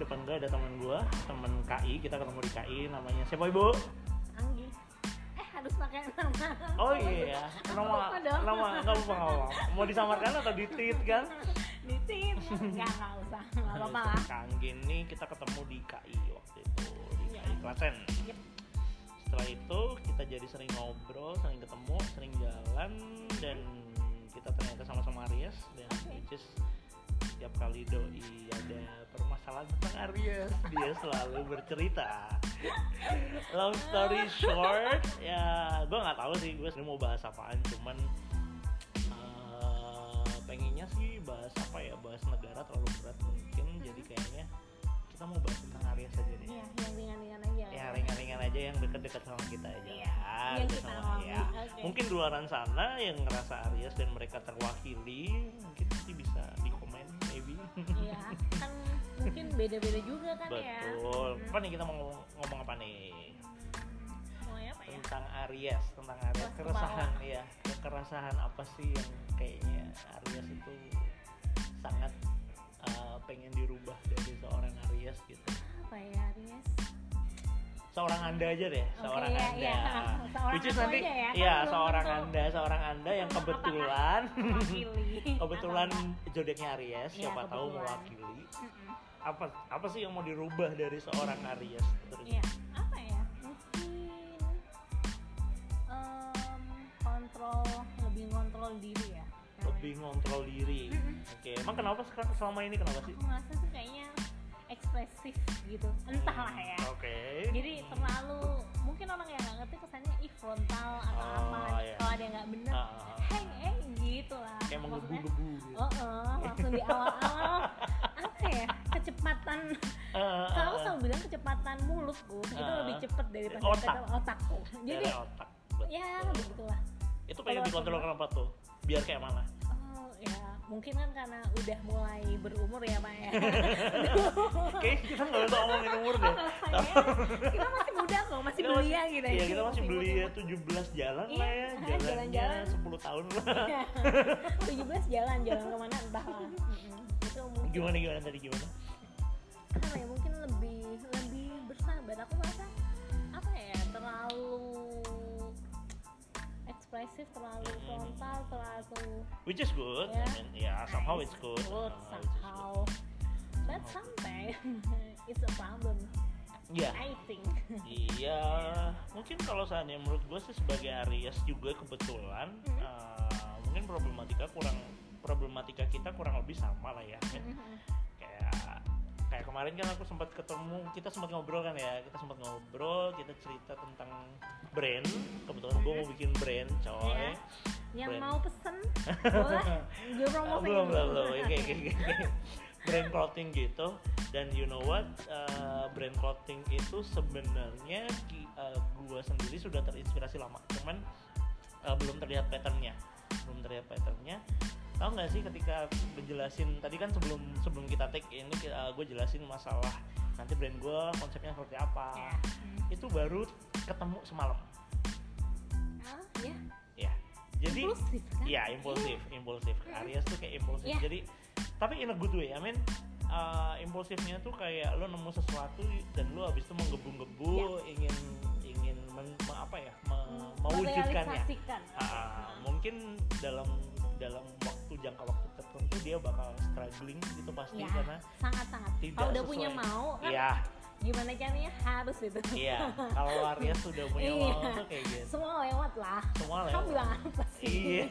apa enggak ada teman gue, teman KI, kita ketemu di KI, namanya siapa Ibu? Anggi. Harus pakai nama. Oh iya, nama nggak lupa. Mau disamarkan atau ditit kan? Ditit, nggak usah, nggak apa-apa lah. Kang Gini kita ketemu di KI waktu itu, di KI Klaten. Yep. Setelah itu kita jadi sering ngobrol, sering ketemu, sering jalan, dan kita ternyata sama-sama Aries, dan which is setiap kali doi ada permasalahan tentang Aries, dia selalu bercerita. Long story short, ya gue nggak tahu sih gue sebenarnya mau bahas apaan, cuman pengennya sih bahas apa ya, bahas negara terlalu berat mungkin, jadi kayaknya kita mau bahas tentang Aries aja deh. Iya, yang ringan-ringan aja. Ya ringan-ringan aja, yang dekat-dekat sama kita aja. Iya, yang kita alami. Ya. Okay. Mungkin di luaran sana yang ngerasa Aries dan mereka terwakili, mungkin nanti bisa di komen, maybe. Iya, kan mungkin beda-beda juga kan. Betul. Ya. Apa nih kita mau ngomong apa nih? Ngomongnya apa ya? Tentang Aries, keresahan ya. Keresahan apa sih yang kayaknya Aries itu sangat pengen dirubah dari seorang Aries gitu. Apa ya Aries? Seorang Anda aja deh, seorang ya, Anda. Ya. Which is nanti ya, iya, seorang Anda yang kebetulan kebetulan zodiaknya Aries, ya, siapa tahu kebetulan mewakili. Apa sih yang mau dirubah dari seorang Aries? Iya, apa ya? Mungkin lebih ngontrol diri ya. Lebih ngontrol diri. Oke, emang kenapa selama ini kenapa sih? Aku merasa sih kayaknya ekspresif gitu, entahlah ya. Oke. Jadi terlalu, mungkin orang yang nggak ngerti kesannya frontal atau apa. Iya. Kalau ada yang nggak bener, hey gitu lah. Kayak menggebu-gebu gitu. Langsung di awal-awal apa ya, kecepatan. Kalau aku selalu bilang kecepatan mulutku itu lebih cepat daripada otakku. Jadi otak. Ya begitulah. Itu pengen dikontrol kenapa tuh? Biar kayak mana? Ya mungkin kan karena udah mulai berumur ya Pak ya. Kayaknya kita nggak usah ngomongin umur deh. Kita masih muda kok, masih belia gitu ya. Iya, kita masih belia 17 jalan lah ya. Jalannya 10 tahun lah. 17 jalan kemana entah lah. Itu mungkin. Gimana tadi? Apa ya, mungkin lebih bersahabat. Aku merasa apa ya, terlalu ekspresif, terlalu frontal, terlalu, which is good. Yeah. I mean, somehow it's good. Somehow. But sometimes it's a problem. Yeah. I think. Iya, mungkin kalau seandainya menurut gue sih sebagai Aries juga kebetulan mungkin problematika kita kurang lebih sama lah ya. Kayak kemarin kan aku sempat ketemu, kita sempat ngobrol, kita cerita tentang brand. Kebetulan gue mau bikin brand, coy. Yeah. Yang brand. mau pesen boleh gue promosiin. Belum. Kayak brand clothing gitu. Dan you know what, brand clothing itu sebenarnya gue sendiri sudah terinspirasi lama, cuman belum terlihat patternnya. Tahu nggak sih ketika ngejelasin tadi kan sebelum kita take ini, gue jelasin masalah nanti brand gue konsepnya seperti apa. Itu baru ketemu semalam. Ya. Jadi impulsif kan? Ya, impulsif. Aries tuh kayak impulsif. Jadi tapi in a good way. I mean, impulsifnya tuh kayak lo nemu sesuatu dan lo habis itu menggebu-gebu ingin mewujudkannya. Mungkin dalam jangka waktu tertentu dia bakal struggling gitu pasti, karena sangat-sangat. Kalau udah punya mau kan, gimana caranya harus itu. Iya, kalau Aries sudah punya mau tuh kayak gitu. Semua lewat lah. Kamu bilang apa sih? Iya.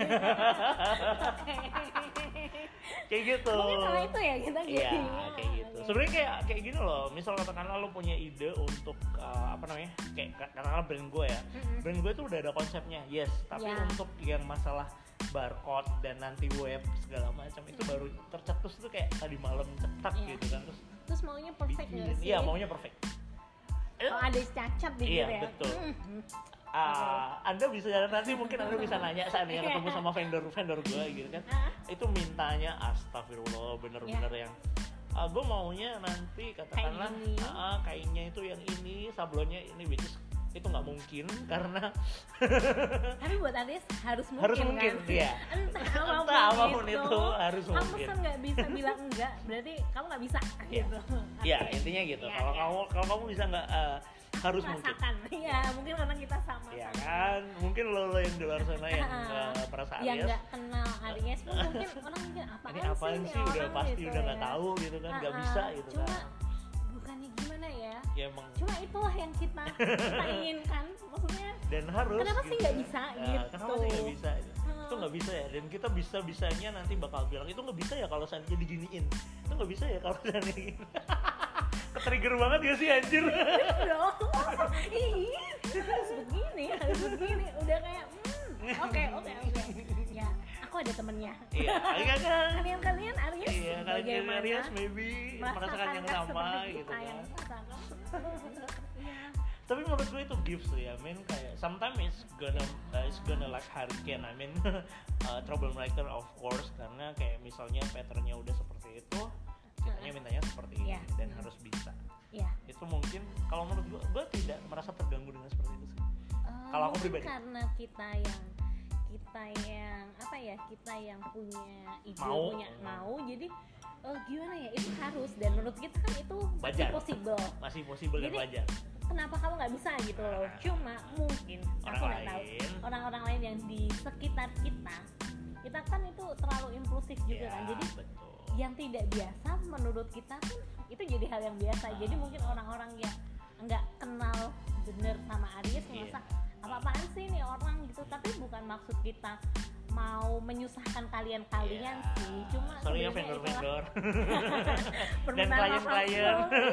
Kayak gitu. Mungkin karena itu ya kita gitu. Iya, kayak gitu. Sebenarnya kayak gini loh. Misal katakanlah lo punya ide untuk kayak katakanlah brand gue ya. Brand gue tuh udah ada konsepnya, yes. Tapi untuk yang masalah barcode dan nanti web segala macam itu baru tercetus tuh kayak tadi malam cetak gitu kan, terus maunya perfect nggak sih? Iya, maunya perfect. Ada cacat di gitu ya. Iya, betul. Anda bisa nanti mungkin Anda bisa nanya seandainya ketemu sama vendor gue gitu kan, itu mintanya astagfirullah bener-bener yang gue maunya nanti katakanlah kainnya itu yang ini, sablonnya ini, which is itu nggak mungkin karena tapi buat Aries harus mungkin kan? Ya. Entah apapun itu harus kamu mungkin. Kamu nggak bisa bilang enggak, berarti kamu nggak bisa gitu. Iya, intinya gitu. Kalau kamu bisa nggak harus merasakan. Mungkin. Iya, mungkin karena kita sama. Iya kan, mungkin lo yang di luar sana yang merasa Aries. Yang nggak kenal Aries pun mungkin orang mikir apaan sih udah pasti gitu, udah nggak tahu gitu kan, nggak bisa gitu cuma, kan. Bukannya gimana ya? Ya emang. Cuma itulah yang kita inginkan, maksudnya. Dan harus. Kenapa sih nggak bisa gitu? Kenapa sih nggak bisa? Itu nggak bisa ya. Dan kita bisanya nanti bakal bilang itu nggak bisa ya kalau seandainya diginiin. Itu nggak bisa ya kalau seandainya gini. Ketrigger banget ya sih anjir. Dong. harus begini. Udah kayak oke. Ya, aku ada temennya. Iya, kan? Kalian Aries. Iya, kalian Aries maybe merasakan yang sama gitu kan. Iya. Tapi menurut gue itu gifts ya, kayak sometimes it's gonna like hurricane, troublemaker of course, karena kayak misalnya patternnya udah seperti itu, kitanya mintanya seperti ini dan harus bisa. Itu mungkin kalau menurut gue tidak merasa terganggu dengan seperti itu sih. Kalau aku pribadi. Karena kita yang punya ide, mau, jadi gimana ya, itu harus, dan menurut kita kan itu masih possible dan wajar. Kenapa kamu nggak bisa gitu loh? Cuma mungkin aku nggak tahu orang-orang lain yang di sekitar kita kan itu terlalu impulsif juga kan, jadi betul. Yang tidak biasa menurut kita pun itu jadi hal yang biasa. Jadi mungkin orang-orang yang nggak kenal bener sama Aries ngerasa apa-apaan sih nih orang gitu, tapi bukan maksud kita mau menyusahkan kalian sih, cuma sorry ya vendor dan klien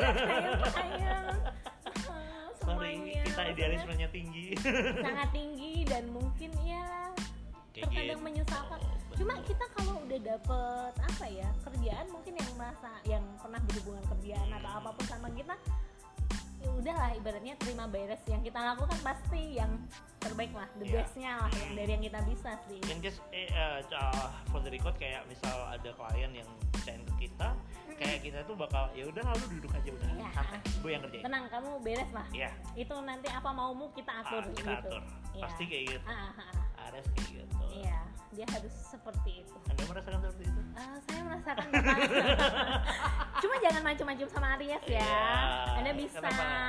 sorry, kita idealismenya tinggi sangat tinggi, dan mungkin ya terkadang menyusahkan. Cuma kita kalau udah dapet kerjaan, mungkin yang pernah berhubungan kerjaan atau apapun sama kita, ya udahlah, ibaratnya terima beres, yang kita lakukan pasti yang terbaik lah, the bestnya lah, yang dari yang kita bisa sih. In case for the record, kayak misal ada klien yang percayain ke kita, kayak kita tuh bakal ya udah lalu duduk aja udah santai, gue yang kerjain. Tenang, kamu beres lah. Itu nanti apa maumu kita atur gitu. Pasti kayak gitu. Aries kayak gitu. Iya, dia harus seperti itu. Anda merasakan seperti itu? Saya merasakan. Cuma jangan macam-macam sama Aries ya. Anda bisa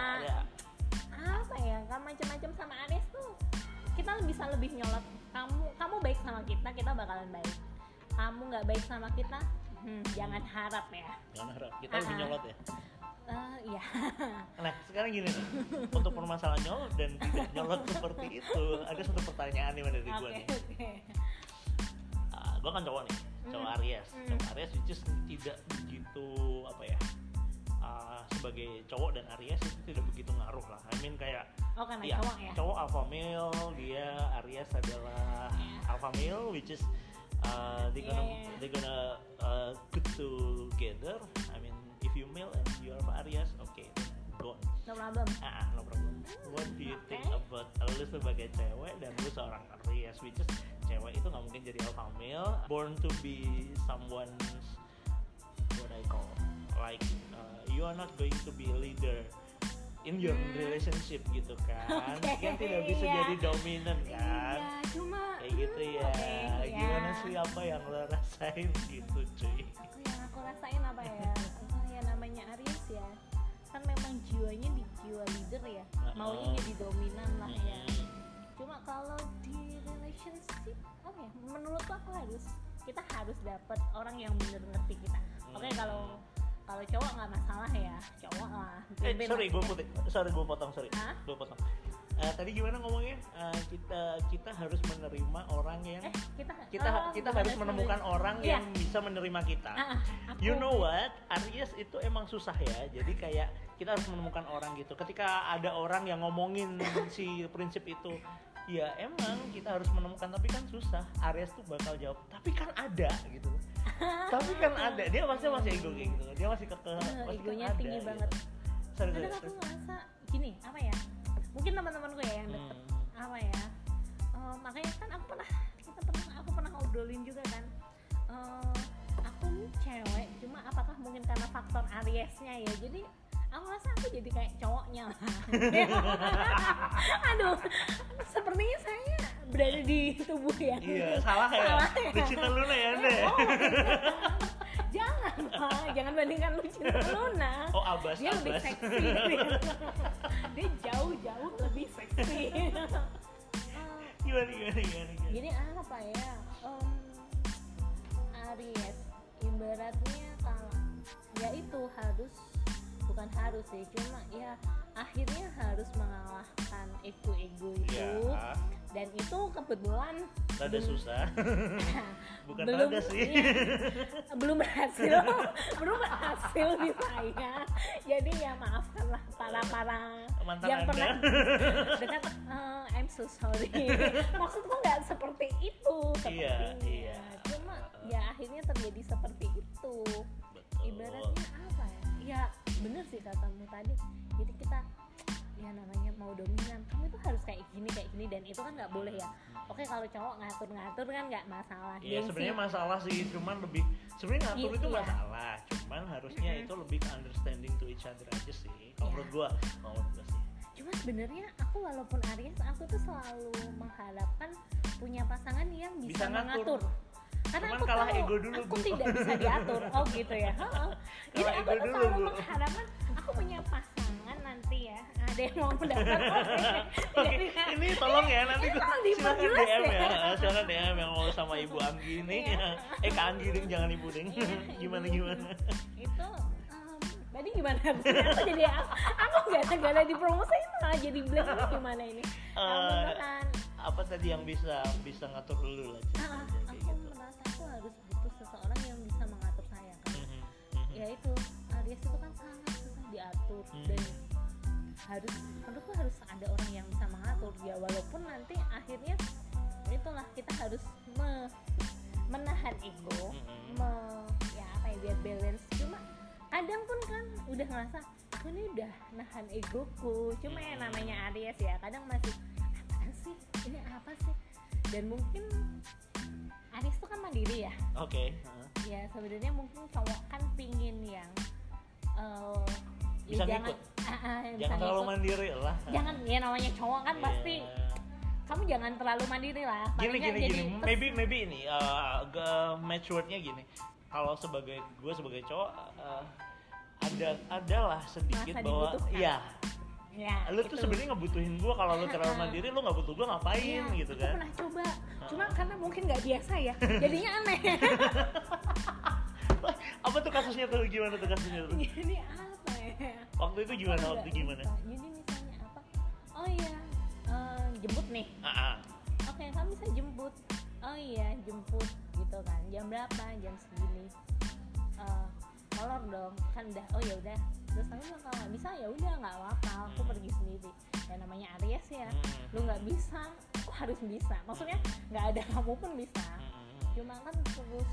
kan macam-macam sama Aries tuh kita bisa lebih nyolot. Kamu baik sama kita bakalan baik. Kamu nggak baik sama kita, jangan harap ya. Jangan harap, kita lebih nyolot ya. Iya. Nah sekarang gini nih, untuk permasalahan nyolot dan tidak nyolot seperti itu, ada satu pertanyaan nih dari gue nih. Gue kan cowok nih, cowok Aries. Cowok Aries just tidak begitu sebagai cowok dan Aries itu tidak begitu ngaruh lah. Kayak cowok alpha male, dia Aries adalah alpha male, which is they gonna good together. If you male and you are Aries, okay, go on. No problem. No problem. What do you think about lu sebagai cewek dan lu seorang Aries, which is cewek itu nggak mungkin jadi alpha male, born to be someone's what I call like you are not going to be a leader in your relationship gitu kan. Kan tidak bisa jadi dominan kan. Cuma kayak gitu ya. Gimana sih, apa yang lo rasain gitu cuy? Yang aku rasain apa ya? Ya namanya Aries ya, kan memang jiwanya di jiwa leader ya, maunya jadi dominan lah ya. Cuma kalau di relationship menurutku kita harus dapat orang yang benar ngerti kita. Oke, kalau cowok nggak masalah ya, cowok lah. Sorry gue potong. Tadi gimana ngomongnya? Kita harus menerima orang yang kita harus menemukan orang yang bisa menerima kita. You know what? Aries itu emang susah ya. Jadi kayak kita harus menemukan orang gitu. Ketika ada orang yang ngomongin si prinsip itu, ya emang kita harus menemukan, tapi kan susah. Aries tuh bakal jawab, tapi kan ada gitu. Tapi kan ada, dia masih ego kayak gitu. Dia masih egonya tinggi banget. Kadang aku ngerasa gini, mungkin teman-teman gue ya yang deket, makanya kan aku pernah ngobrolin juga kan. Aku nih cewek, cuma apakah mungkin karena faktor Ariesnya ya, jadi aku rasa aku jadi kayak cowoknya lah. Aduh, sepertinya saya berada di tubuh yang salah ya. Lucinta Luna ya Anda ya? Jangan Pak, jangan bandingkan Lucinta Luna. Abbas. Dia lebih seksi dari dia jauh lebih seksi. Gimana? Jadi apa ya? Aries ibaratnya kalau ya itu bukan harus sih, cuma ya akhirnya harus mengalahkan ego itu dan itu kebetulan rada susah. Bukan belum, rada sih belum berhasil di saya, jadi ya maafkanlah para mantan yang Anda. pernah dekat. I'm so sorry, maksudku nggak seperti itu iya. Cuma ya akhirnya terjadi seperti itu. Betul. Ibaratnya apa ya bener sih katamu tadi, jadi kita ya namanya mau dominan, kamu itu harus kayak gini dan itu kan nggak boleh ya. Oke, kalau cowok ngatur kan nggak masalah. Iya sebenarnya masalah sih, cuman lebih sebenarnya ngatur itu masalah, cuman harusnya itu lebih ke understanding to each other aja sih kalau menurut gua sih. Cuma sebenarnya aku walaupun Aries, aku tuh selalu mengharapkan punya pasangan yang bisa mengatur. Karena cuman aku kalah tahu ego dulu, aku tidak bisa diatur. Oh gitu ya. Jadi aku tuh selalu mengharapkan aku punya pasangan nanti ya. Ada yang mau mendaftar. Oke, ini tolong ya nanti silakan DM ya. Silakan DM yang mau sama Ibu Anggi ini. Kak Anggi ding, jangan Ibu ding. Gimana? Itu tadi gimana? Aku jadi aku nggak ada dipromosiin malah jadi blank. Gimana ini? Apa tadi yang bisa ngatur dulu lah? Aku merasa aku harus butuh seseorang yang bisa mengatur saya kan. Ya itu Aries itu kan sangat susah diatur dan menurutku harus ada orang yang bisa mengatur ya, walaupun nanti akhirnya itulah kita harus menahan ego, biar balance. Cuma kadang pun kan udah ngerasa aku ini udah nahan egoku, cuma ya namanya Aries ya kadang masih apaan sih ini apa sih, dan mungkin Aries tuh kan mandiri ya. Ya sebenarnya mungkin cowok kan pingin yang bisa ngikut, jangan terlalu mandiri lah. Jangan, ya namanya cowok kan pasti kamu jangan terlalu mandiri lah. Gini. Maybe ini match wordnya gini. Kalau sebagai cowok adalah sedikit masa bahwa dibutuhkan. Ya, lu tuh sebenarnya ngebutuhin gue. Kalau lu terlalu mandiri, lu nggak butuh gue ngapain gitu kan? Aku pernah coba, cuma karena mungkin nggak biasa ya, jadinya aneh. Apa tuh kasusnya tuh? Gimana tuh kasusnya tuh? Jadi apa ya? Waktu itu gimana? Jadi misalnya apa? Oh iya, jemput nih. Oke, kamu bisa jemput. Oh iya, jemput gitu kan. Jam berapa? Jam segini. Molor dong, kan udah. Oh ya udah. Terus aku bilang kalau nggak bisa ya udah nggak apa-apa, aku pergi sendiri. Ya namanya Aries ya, lu nggak bisa, aku harus bisa. Maksudnya nggak ada kamu pun bisa. Cuma kan terus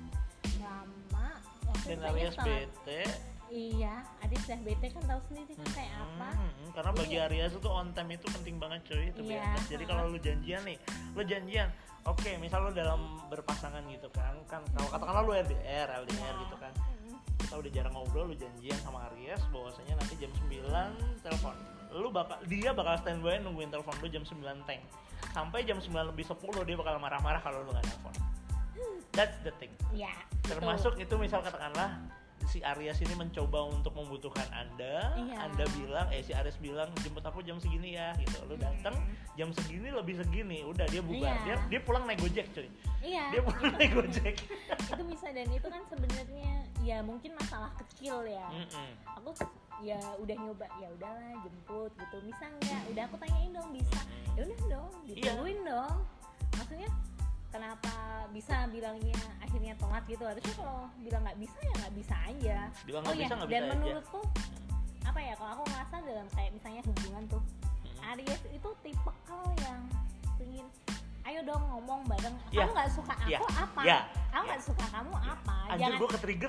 lama. Dan Aries bete. Iya, Aries udah bete kan tahu sendiri kan kayak apa. Karena bagi Aries itu on time itu penting banget cuy, itu biasa. Jadi kalau lu janjian, oke, misal lu dalam berpasangan gitu kan kalau katakanlah lu LDR gitu kan. Kita udah jarang ngobrol, lu janjian sama Aries bahwasanya nanti jam 9 telepon. Dia bakal standby nungguin telepon lu jam 9 tank. Sampai jam 9 lebih 10 dia bakal marah-marah kalau lu enggak telepon. That's the thing. Ya. Termasuk itu misal katakanlah si Aries ini mencoba untuk membutuhkan Anda. Anda bilang, si Aries bilang jemput aku jam segini ya gitu. Lu datang jam segini lebih segini, udah dia bubar. Dia pulang naik Gojek cuy. Dia pulang naik Gojek. Itu bisa, dan itu kan sebenarnya ya mungkin masalah kecil ya. Aku ya udah nyoba, ya udahlah jemput gitu. Bisa enggak? Udah aku tanyain dong, bisa. Ya udah dong, ditungguin dong. Maksudnya kenapa bisa bilangnya akhirnya telat gitu? Harusnya kalau bilang nggak bisa ya nggak bisa aja. Dan menurutku apa ya, kalau aku ngerasa dalam kayak misalnya hubungan tuh, Aries itu tipe kalau yang ingin ayo dong ngomong bareng. Kamu nggak suka aku apa? Aku nggak suka kamu apa? Anjir, gue ke-trigger.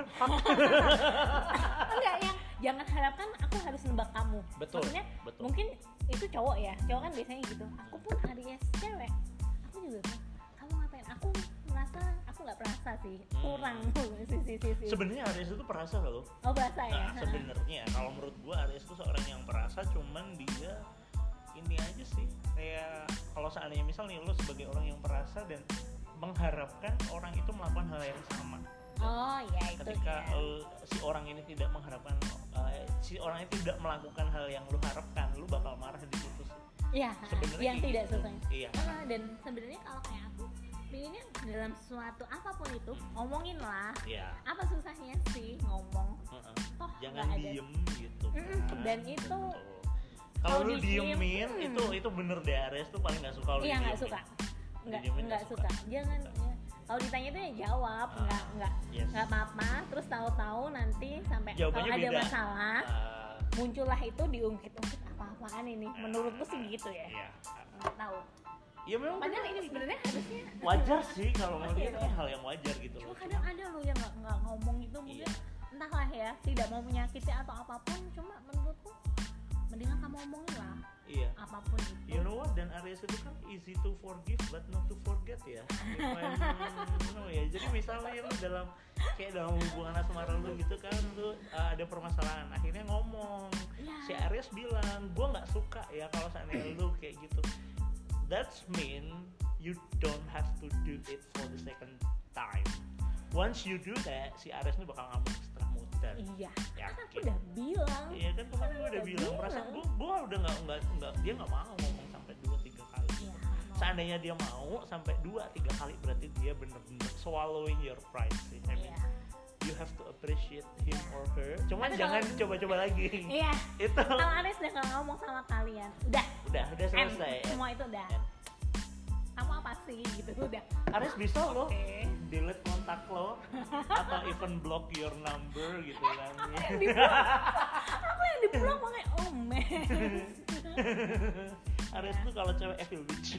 Enggak, yang jangan harapkan aku harus nebak kamu. Maksudnya mungkin itu cowok ya, cowok kan biasanya gitu. Aku pun Aries cewek, aku juga tuh. Aku merasa, aku nggak merasa sih, kurang sisi. Sebenarnya Aries itu perasa loh. Oh perasa ya. Nah, sebenarnya kalau menurut gua Aries itu seorang yang perasa, cuman dia ini aja sih, kayak kalau seandainya misal nih lo sebagai orang yang perasa dan mengharapkan orang itu melakukan hal yang sama. Oh ya itu. Ketika ya. Si orang ini tidak mengharapkan, si orang ini tidak melakukan hal yang lu harapkan, lu bakal marah di situ sih. Iya. Sebenarnya Yang tidak gitu. sesuai. Iya. Dan sebenarnya kalau kayak aku pilihnya dalam suatu apapun itu ngomongin lah. Iya. Apa susahnya sih ngomong? Toh Jangan nggak ada. diem gitu kan. Dan itu kalau lu diem, diemin itu bener deh, Aries tuh paling nggak suka lu iya nggak diemin. suka. Didiemin Nggak suka. Jangan. Ya. Kalau ditanya tuh ya jawab, Yes. nggak apa-apa. Terus tahu-tahu nanti sampai kalau Jawabannya ada beda. masalah muncullah itu diungkit-ungkit apa-apaan ini. Menurutku sih gitu ya. Iya. Nggak tahu. Ya memang Padahal ini sebenarnya harusnya wajar sih kalau mau Wajar dia kan ya. hal yang wajar gitu cuma loh. kadang ada loh yang nggak ngomong itu mungkin entahlah ya tidak mau menyakiti atau apapun, cuma menurutku mendingan kamu ngomongin lah Iya. apapun itu. You know what? Dan Aries itu kan easy to forgive but not to forget ya. Ya. Jadi misalnya lu dalam hubungan asmara lu gitu kan, lu ada permasalahan, akhirnya ngomong. Ya. Si Aries bilang, "Gua nggak suka ya kalau seandainya lu kayak gitu." That's mean you don't have to do it for the second time. Once you do that, si Aries ini bakal ngamuk setelah muter. Iya. Kan aku Yakin. udah bilang. Iya kan kemarin gue udah bilang, perasaan gue udah nggak dia nggak mau ngomong sampai 2-3 kali. Iya. Seandainya dia mau sampai 2-3 kali berarti dia bener-bener swallowing your pride sih. I mean, Iya. you have to appreciate him or her. Cuman Tapi jangan kalau- coba-coba lagi. Iya. Itu Kalau Aries udah nggak ngomong sama kalian, udah udah selesai. semua itu udah. End. Kamu apa sih gitu udah. Aries bisa loh Oke. delete kontak lo atau even block your number gitu kan. Aku yang di-block makanya oh man. Aries tuh kalau cewek evil bitch.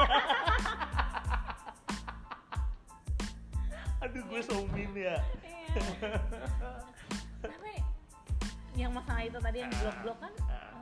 Aduh gue so mean ya. Iya. Tapi yang masalah itu tadi yang blok-blok kan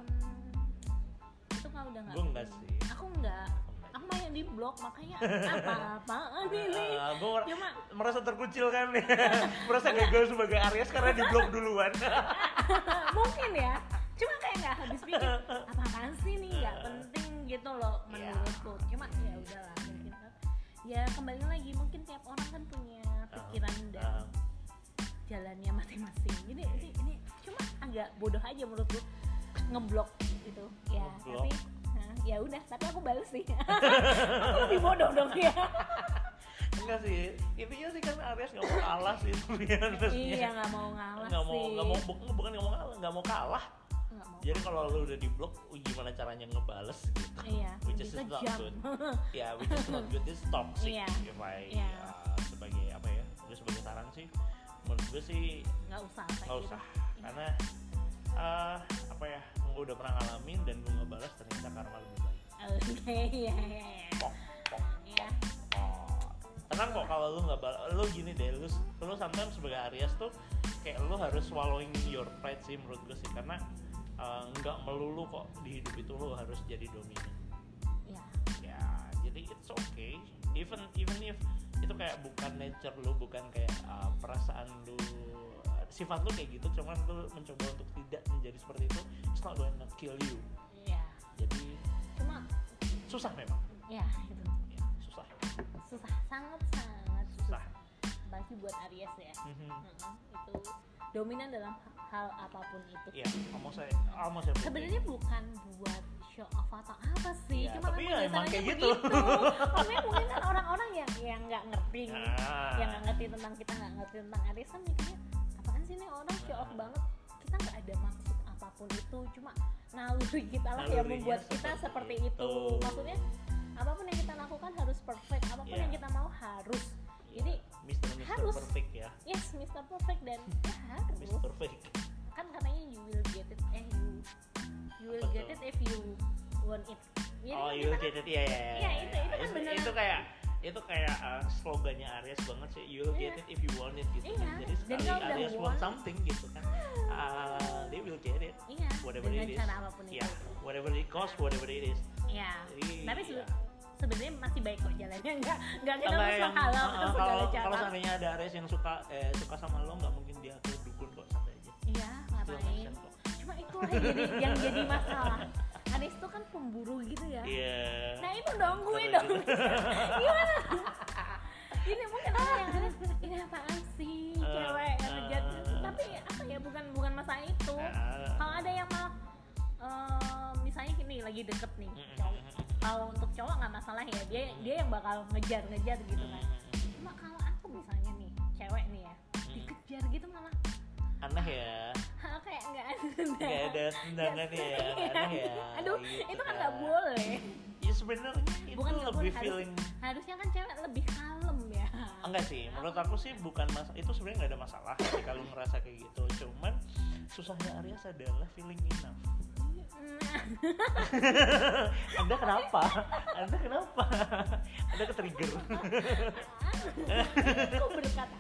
itu kalau udah nggak. Gue enggak sih. Aku enggak. Aku mah yang di blok makanya apa-apaan ini. Gue Cuma merasa terkucil kan ya. Merasa gagal sebagai Aries karena di blok duluan. mungkin ya. Cuma kayak nggak habis pikir apa-apaan sih nih nggak penting gitu loh menurutku. Cuma ya udahlah mungkin kan. Ya kembali lagi mungkin tiap orang kan punya pikiran dan jalannya masing-masing. Jadi ini cuma agak bodoh aja menurutku ngeblok gitu. Ya Ngeblok. tapi ya udah, tapi aku bales sih. Aku lebih bodoh dong ya. Enggak sih, intinya sih kan Aries nggak mau kalah sih sebenarnya. Iya nggak mau ngalah nggak sih. bukan nggak mau kalah, nggak mau kalah. Nggak mau. Jadi kalau lu udah di blok, gimana caranya ngebales gitu? Iya, Which is lebih not kejam. good. Ya, which is not good. It's toxic. Iya. If I Iya. sebagai apa ya? Gue sebagai saran sih, menurut gue sih Nggak usah kayak nggak gitu. usah, karena apa ya? Gue udah pernah ngalamin dan gue ngebalas ternyata karma lebih baik. Oke, iya. Pok, pok, Iya. pok. Tenang kok kalau lu nggak lu gini deh, lu sometimes sebagai Aries tuh kayak lu harus swallowing your pride sih menurut gue sih, karena nggak melulu kok di hidup itu lu harus jadi dominan. Iya. Ya jadi it's okay, even if itu kayak bukan nature lu, bukan kayak perasaan lu, sifat lu kayak gitu, cuman lu mencoba untuk tidak menjadi seperti itu, it's not gonna kill you. Iya. Jadi Cuma susah memang ya itu ya, susah sangat susah. apalagi buat Aries ya. Mhm. Itu dominan dalam hal apapun itu. Iya, almost saya Sebenarnya bukan buat show off atau apa sih, Iya, cuma tapi memang ya emang biasanya kayak gitu. Maksudnya mungkin kan orang-orang yang nggak ngerti, Nah. yang nggak ngerti tentang kita, nggak ngerti tentang Aries kan mikirnya apaan sih nih orang show off banget. Kita nggak ada maksud apapun itu, cuma naluri kita lah yang Nalurinya membuat kita seperti itu. Maksudnya apapun yang kita lakukan harus perfect, apapun Iya. yang kita mau harus. Jadi Mr. harus. Perfect ya. yes, Mr. Perfect dan ya harus. Mr. Perfect. Kan katanya you will get it, you will Apa get tuh? it if you want it. Jadi Oh, kan you kita get it, ya. Iya, itu kan beneran. Itu kayak slogannya Aries banget sih. You'll get Iya. it if you want it gitu. Iya. Kan. Jadi Dan sekali kalau udah Aries want want, something gitu kan, they will get it. iya, Whatever dengan it is. cara apapun itu. Yeah, whatever it costs, whatever it is. Iya. Jadi, Tapi ya. sebenarnya masih baik kok jalannya, nggak kita Sama harus yang menghalau ke segala kalau cara. seandainya ada Aries yang suka sama lo, nggak mungkin dia ke dukun kok, santai aja. Iya, Still make ngapain? sense kok. Cuma itu yang jadi masalah. Aries tuh kan pemburu gitu ya. Iya. Nah itu dong gue Terus dong. gitu. Gimana? Ini mungkin orang yang Aries, ini apaan sih cewek yang ngejar. Tapi apa ya, bukan masalah itu. Kalau ada yang malah misalnya gini lagi deket nih cowok. Kalau untuk cowok nggak masalah ya, dia yang bakal ngejar gitu kan. Cuma kalau aku misalnya nih cewek nih ya, dikejar gitu malah Aneh ya. kayak nggak Ada tendangan ya. Aneh ya. Aduh, gitu itu kan nggak boleh. Ya sebenarnya itu Bukan lebih feeling. Harusnya kan cewek lebih kalem ya. Enggak sih, menurut aku sih bukan itu sebenarnya nggak ada masalah ketika lu ngerasa kayak gitu. Cuman susahnya Aries adalah feeling enough. Anda kenapa? Anda ke-trigger. Kok berkata?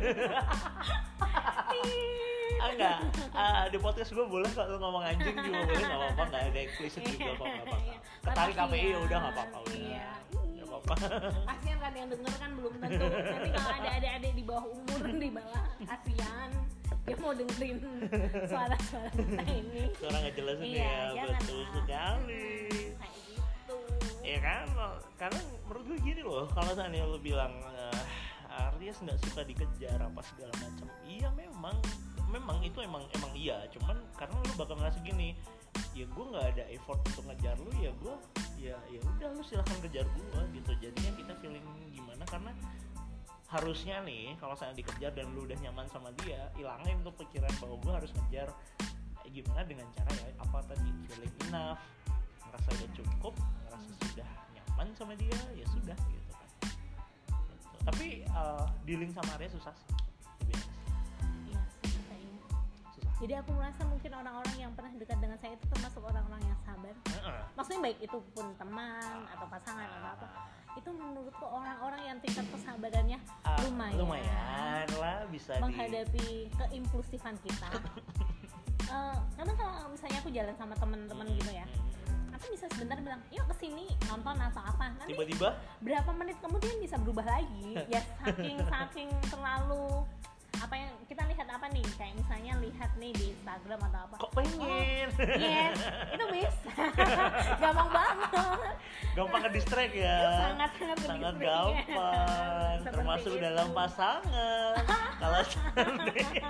Enggak, di podcast gue boleh kalau lu ngomong anjing juga boleh, nggak apa-apa, nggak ada eksplisit juga kok, nggak apa-apa. Ketarik KPI ya udah nggak apa-apa, Iya. nggak apa-apa. Kasian kan yang denger kan belum tentu. Nanti kalau ada adik-adik di bawah umur di bawah, kasian dia mau dengerin suara-suara kita ini. Suara nggak jelas ini Iya, ya, jangan betul lah. sekali. Kayak gitu. Ya kan, karena menurut gue gini loh, kalau seandainya lu bilang Aries nggak suka dikejar apa segala macam, iya memang itu emang iya, cuman karena lu bakal ngerasa gini, ya gue nggak ada effort untuk ngejar lu, ya gue ya udah lu silahkan kejar gue gitu. Jadinya kita feeling gimana, karena harusnya nih kalau saya dikejar dan lu udah nyaman sama dia, ilangin tuh pikiran bahwa gue harus ngejar gimana dengan cara ya apa tadi, feeling enough, ngerasa udah cukup, ngerasa sudah nyaman sama dia, ya sudah gitu kan. Gitu. Tapi dealing sama Aries susah sih, lebih enak sih. Iya, kayaknya. Susah. Jadi aku merasa mungkin orang-orang yang pernah dekat dengan saya itu termasuk orang-orang yang sabar. Maksudnya baik itu pun teman atau pasangan atau apa, itu menurutku orang-orang yang tingkat kesabarannya lumayan lah bisa menghadapi keimpulsifan kita. Karena kalau misalnya aku jalan sama teman-teman gitu ya, aku bisa sebentar bilang yuk kesini nonton atau apa, nanti tiba-tiba berapa menit kemudian bisa berubah lagi. Ya saking terlalu apa yang kita lihat apa nih, kayak misalnya lihat nih di Instagram atau apa, kok pengen yes itu bisa. Gampang banget, gampang ke-distract ya, sangat gampang Seperti termasuk itu. dalam pasangan. Kalau seandainya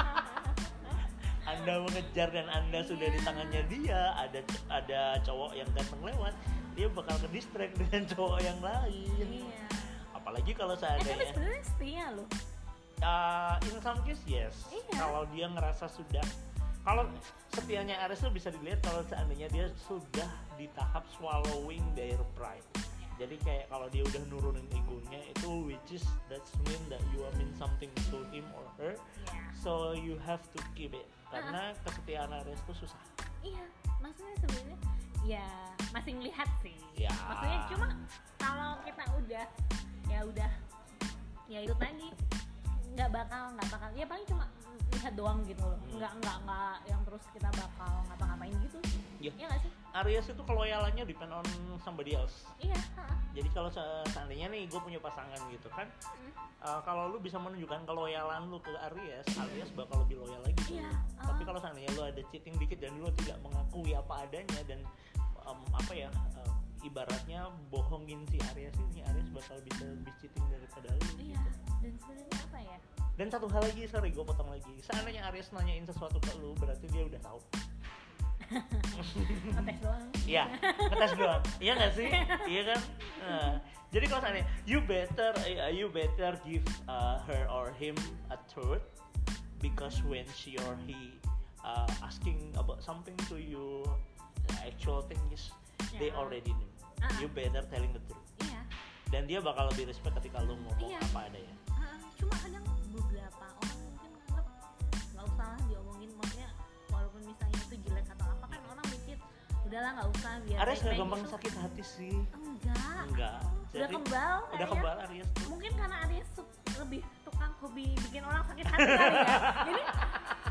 Anda mengejar dan Anda sudah di tangannya dia, ada cowok yang ganteng lewat, dia bakal ke-distract dengan cowok yang lain. Iya. Apalagi kalau Tapi seandainya sebenarnya setia loh. in some case yes. Iya. Kalau dia ngerasa sudah, kalau setianya Aries tuh bisa dilihat kalau seandainya dia sudah di tahap swallowing their pride. Jadi kayak kalau dia udah nurunin egonya itu, which is that's mean that you are mean something to him or her. Iya. So you have to keep it. Karena kesetiaan Aries tuh susah. Iya, maksudnya sebenarnya ya masih ngelihat sih. Ya. Maksudnya cuma kalau kita udah ya itu tadi nggak bakal ya paling cuma lihat doang gitu loh. Nggak yang terus kita bakal ngapa-ngapain gitu. Iya. Iya nggak sih? Aries itu keloyalannya depend on somebody else. Iya. Jadi kalau seandainya nih gue punya pasangan gitu kan, kalau lu bisa menunjukkan keloyalan lu ke Aries bakal lebih loyal lagi gitu. Iya. Tapi kalau seandainya lu ada cheating dikit dan lu tidak mengakui apa adanya dan ibaratnya bohongin si Aries bakal bisa lebih cheating daripada lu. Iya. Gitu. Dan sebenarnya apa ya? Dan satu hal lagi, sorry gue potong lagi. Seandainya Aries nanyain sesuatu ke lu, berarti dia udah tahu. Ngetes doang. Iya, ngetes doang. Iya nggak sih? Iya kan? Nah, jadi kalau seandainya you better give her or him a truth, because when she or he asking about something to you, the actual thing is they already knew. You better telling the truth. Iya. Dan dia bakal lebih respect ketika lu ngomong Iya. apa adanya. Cuma kadang beberapa orang mungkin menganggap nggak usah lah diomongin, maksudnya walaupun misalnya itu jelek atau apa, kan orang mikir udahlah nggak usah biar Aries nggak baik-baik gampang gitu. sakit hati sih. Enggak. Jadi, Udah kebal udah kayaknya. kebal Aries tuh. Mungkin karena Aries lebih tukang hobi bikin orang sakit hati kali ya. Jadi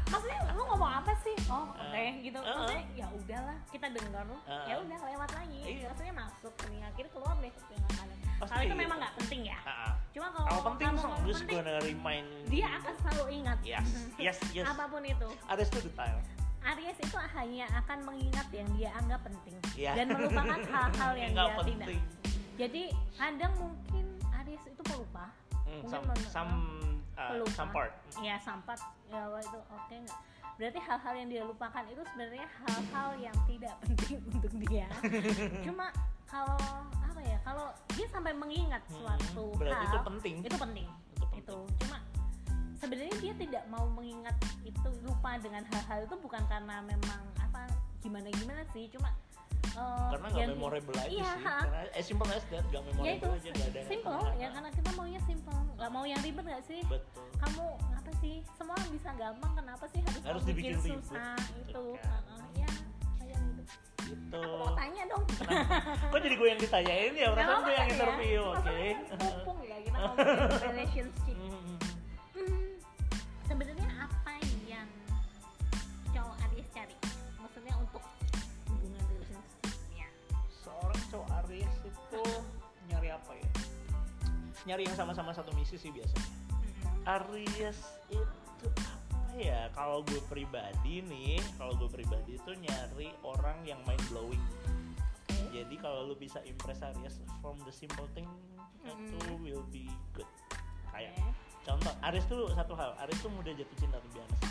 maksudnya lu ngomong apa sih? Oh oke gitu. Maksudnya ya udahlah kita dengar, ya udah lewat lagi. Maksudnya masuk nih akhirnya keluar deh yang kanan. Kalau itu memang nggak penting ya. Cuma kalau penting kamu so just penting, gonna remind, dia akan selalu ingat. Yes. Apapun itu. Aries itu detail. Aries itu hanya akan mengingat yang dia anggap penting dan Iya. melupakan hal-hal yang Nggak dia tidak. penting. Jadi kadang mungkin Aries itu pelupa. Mungkin Some part. Ya sampat ya itu oke nggak. Berarti hal-hal yang dia lupakan itu sebenarnya hal-hal yang tidak penting untuk dia. Cuma kalau apa ya? Kalau dia sampai mengingat suatu berarti hal, itu penting. Itu penting. Cuma sebenarnya dia tidak mau mengingat itu, lupa dengan hal-hal itu bukan karena memang apa gimana sih, cuma karena nggak memorable aja iya, sih. Karena simple as that, nggak memorable ya itu aja, nggak ada. simple ya, karena kita maunya simple, nggak mau yang ribet nggak sih? Betul. Kamu apa sih? Semua bisa gampang, kenapa sih harus Harus kamu dibikin bikin ribet, susah gitu itu? kan. Ya kayak gitu. Gitu. Aku mau tanya dong. Kok jadi gue yang ditanyain ya? Perasaan gue yang interview, oke? Mumpung ya kita ngomongin relationship. Sebenarnya apa yang cowok Aries cari? Maksudnya untuk hubungan relationship-nya. Seorang cowok Aries itu nyari apa ya? Nyari yang sama-sama satu misi sih biasanya. Aries itu apa ya? Kalau gue pribadi itu nyari orang yang mind blowing. Jadi kalau lu bisa impress Aries from the simple thing, itu will be good. Kayak contoh, Aries tuh satu hal, Aries tuh mudah jatuh cinta tuh biasa.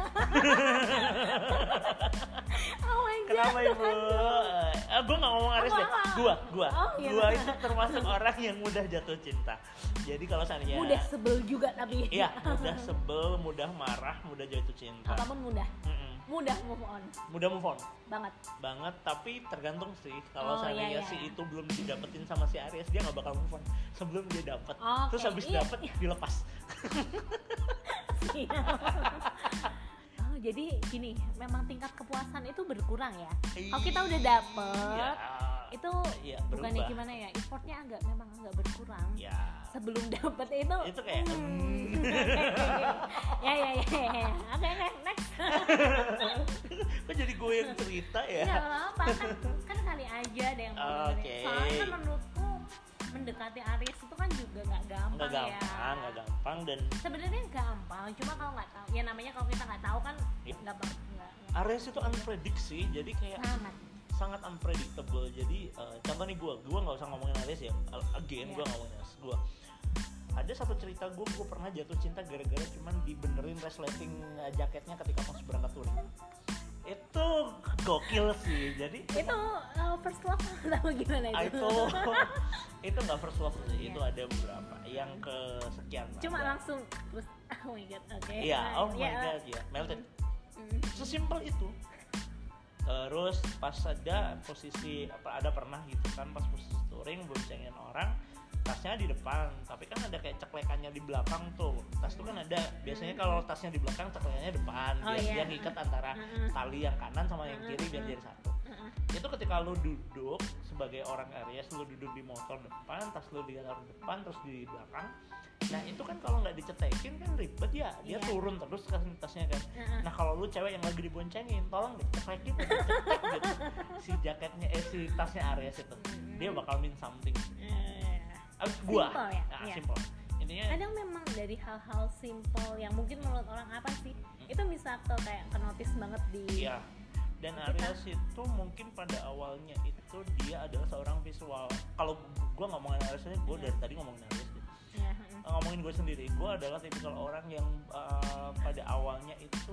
Oh my god. Kenapa ibu? Gue nggak ngomong Aries deh. Gue iya. itu termasuk orang yang mudah jatuh cinta. Jadi kalau seandainya Mudah sebel juga tapi. iya, mudah sebel, mudah marah, mudah jatuh cinta. Apapun mudah. Mudah move on. Mudah move on. Banget. Tapi tergantung sih. Kalau seandainya iya. si itu belum didapetin sama si Aries, dia nggak bakal move on sebelum dia dapet. Terus habis dapet dilepas. Oh, jadi gini, memang tingkat kepuasan itu berkurang ya. Kalau kita udah dapet, itu bukannya gimana ya? Effortnya memang agak berkurang. Ya. Sebelum dapet itu kayak ya. Oke, next. Kok jadi gue yang cerita ya? Nggak apa-apa, kan kali aja ada yang mau dengerin. Soalnya kan menurutku mendekati Aries itu kan juga nggak gampang ya. Nggak gampang dan sebenarnya gampang, cuma kalau nggak tahu, ya namanya kalau kita nggak taung kan nggak. Aries itu unprediksi, jadi kayak sangat unpredictable. Jadi contoh nih gue nggak usah ngomongin Aries ya. Again gue ngomongin Aries. Gue ada satu cerita gue pernah jatuh cinta gara-gara cuman dibenerin resleting jaketnya ketika pas berangkat touring. Itu gokil sih. Jadi itu first love atau gimana itu? Itu nggak first love sih. Itu ada beberapa yang kesekian. Cuma langsung terus oh my god, oke. Iya, oh my god, ya melted. Sesimpel itu. Terus pas ada pernah gitu kan, pas posisi touring boncengin orang, tasnya di depan, tapi kan ada kayak ceklekannya di belakang tuh. Tas tuh kan ada, biasanya kalau tasnya di belakang, ceklekannya depan, biar dia ngikat antara tali yang kanan sama yang kiri biar jadi satu. Itu ketika lu duduk sebagai orang Aries, lu duduk di motor depan, tas lu ditaruh depan, terus di belakang. Nah itu kan kalau nggak dicetekin kan ribet ya, dia turun terus kan tasnya kan. Nah kalau lu cewek yang lagi diboncengin, tolong deh cetekin, cetek gitu si jaketnya, si tasnya Aries itu, dia bakal mean something. Simple ya? Simple. Intinya kadang memang dari hal-hal simple yang mungkin menurut orang apa sih, itu bisa kayak ke-notice banget di dan Aries itu mungkin pada awalnya itu dia adalah seorang visual. Kalau gue ngomongin Aries ini, gue dari tadi ngomongin Aries gitu. Ngomongin gue sendiri, gue adalah tipikal orang yang pada awalnya itu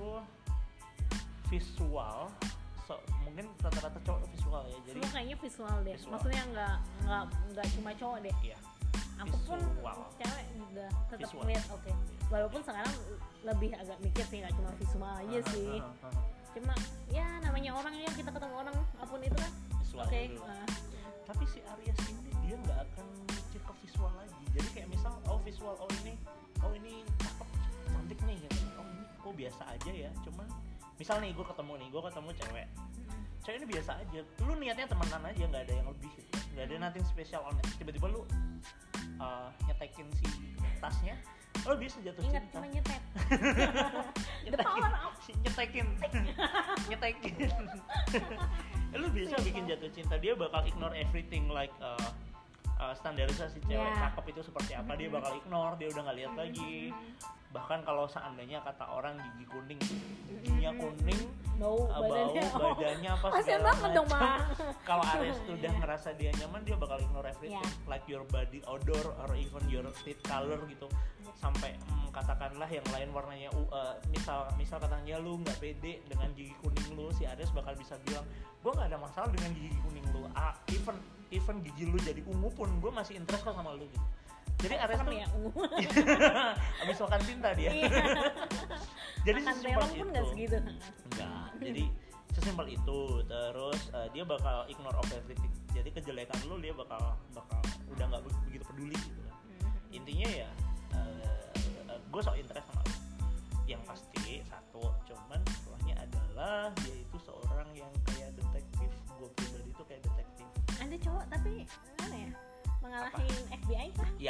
visual. Mungkin rata-rata cowok visual ya. Jadi semua kayaknya visual deh. Maksudnya nggak cuma cowok deh. Iya. Aku pun cewek juga tetap ngeliat walaupun sekarang lebih agak mikir sih, nggak cuma visual aja sih. Cuma ya namanya orang ya, kita ketemu orang apapun itu kan visual. Tapi si Aries ini dia nggak akan mikir ke visual lagi. Jadi kayak misal visual ini cakep, cantik nih gitu. Ini kok biasa aja ya. Cuman misal nih gue ketemu cewek ini biasa aja, lu niatnya temenan aja, nggak ada yang lebih gitu, nggak ada nothing special on it. Tiba-tiba lu nyetekin si tasnya, Lo bisa jatuh Ingat cinta. cuma nyetet. The power of nyetekin. Lo bisa bikin jatuh cinta, dia bakal ignore everything like standarisasi cewek cakep itu seperti apa, dia bakal ignore, dia udah nggak lihat lagi. Bahkan kalau seandainya kata orang gigi kuning, giginya kuning, bau badannya apa segala macam. Kalau Aries tuh udah ngerasa dia nyaman, dia bakal ignore everything, like your body odor or even your teeth color gitu. Sampai katakanlah yang lain warnanya misal katanya lu nggak pede dengan gigi kuning lu, si Aries bakal bisa bilang, gue nggak ada masalah dengan gigi kuning lu, even gigi lu jadi ungu pun gue masih interest kok sama lu gitu. Jadi Aries tuh abis makan tinta dia. Jadi makan sesimpel itu. Pun nggak segitu. Enggak. Jadi sesimpel itu. Terus dia bakal ignore everything. Jadi kejelekan lu dia bakal udah nggak begitu peduli gitu. Intinya ya gue sok interest sama lu. Yang pasti satu, cuman setelahnya adalah dia itu seorang yang kayak detektif. Gue pribadi tuh kayak detektif. Ada cowok tapi mana ya? Mengalahin FBI kah? Ya.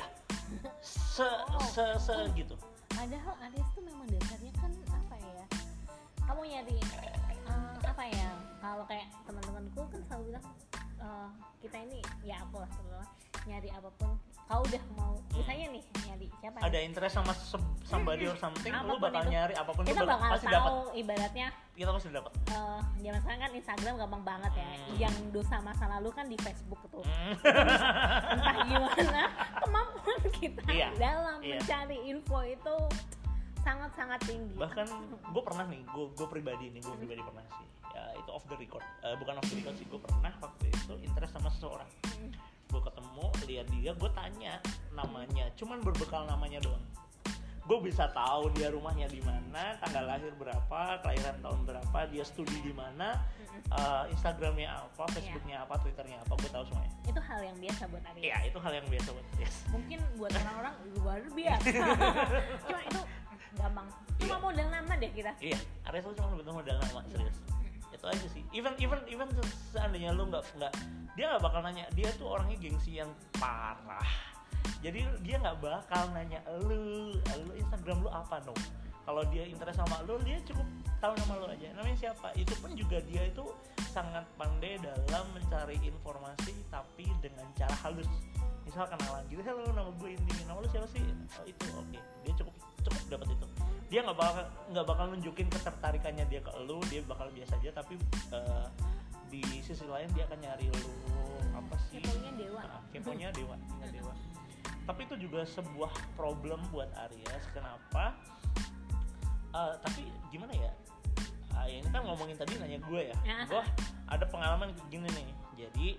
Gitu. Padahal Aries tuh memang dasarnya kan apa ya? Kamu nyari apa ya? Kalau kayak teman-temanku kan selalu bilang kita ini ya aku lah terutama nyari apapun. Kau udah mau misalnya nih nyari siapa? Ada interest sama somebody or something, lu bakal itu. nyari apapun kita lu bakal pasti tahu dapat. Ibaratnya Kita pasti dapat. Zaman sekarang kan Instagram gampang banget ya. Yang dosa masa lalu kan di Facebook tuh. Entah gimana kemampuan kita dalam mencari info itu sangat-sangat tinggi. Bahkan gue pernah nih, gue pribadi pernah sih. Ya itu off the record, bukan off the record sih, gue pernah waktu itu interest sama seseorang. Gue ketemu, lihat dia, gue tanya namanya, cuman berbekal namanya doang. Gue bisa tahu dia rumahnya di mana, tanggal lahir berapa, kelahiran tahun berapa, dia studi di mana, Instagramnya apa, Facebooknya apa, Twitternya apa, gue tahu semuanya. Itu hal yang biasa buat Aries. Iya, itu hal yang biasa buat Aries. Mungkin buat orang-orang luar biasa. Cuma itu gampang. Cuma modal nama deh kita. Iya, Aries tuh cuma butuh modal nama, serius. Itu aja sih. Even seandainya lu nggak dia nggak bakal nanya. Dia tuh orangnya gengsi yang parah. Jadi dia nggak bakal nanya lu Instagram lu apa no. Kalau dia interest sama lu, dia cukup tahu nama lu aja. Namanya siapa? Itu pun juga dia itu sangat pandai dalam mencari informasi tapi dengan cara halus. Misal kenalan gitu, hello nama gue ini, nama lu siapa sih? Oh itu, oke. Dia cukup dapat itu. Dia nggak bakal nunjukin ketertarikannya dia ke lu, dia bakal biasa aja, tapi di sisi lain dia akan nyari lu apa sih? Keponya dewa. Tapi itu juga sebuah problem buat Aries. Kenapa? Tapi gimana ya? Ini kan ngomongin tadi nanya gue ya. Gue ada pengalaman gini nih. Jadi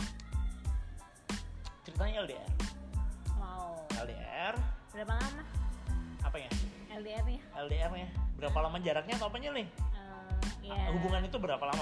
ceritanya LDR. Wow. LDR. Berapa lama? Apanya? LDR-nya. Berapa lama jaraknya atau apanya nih? Hubungan itu berapa lama?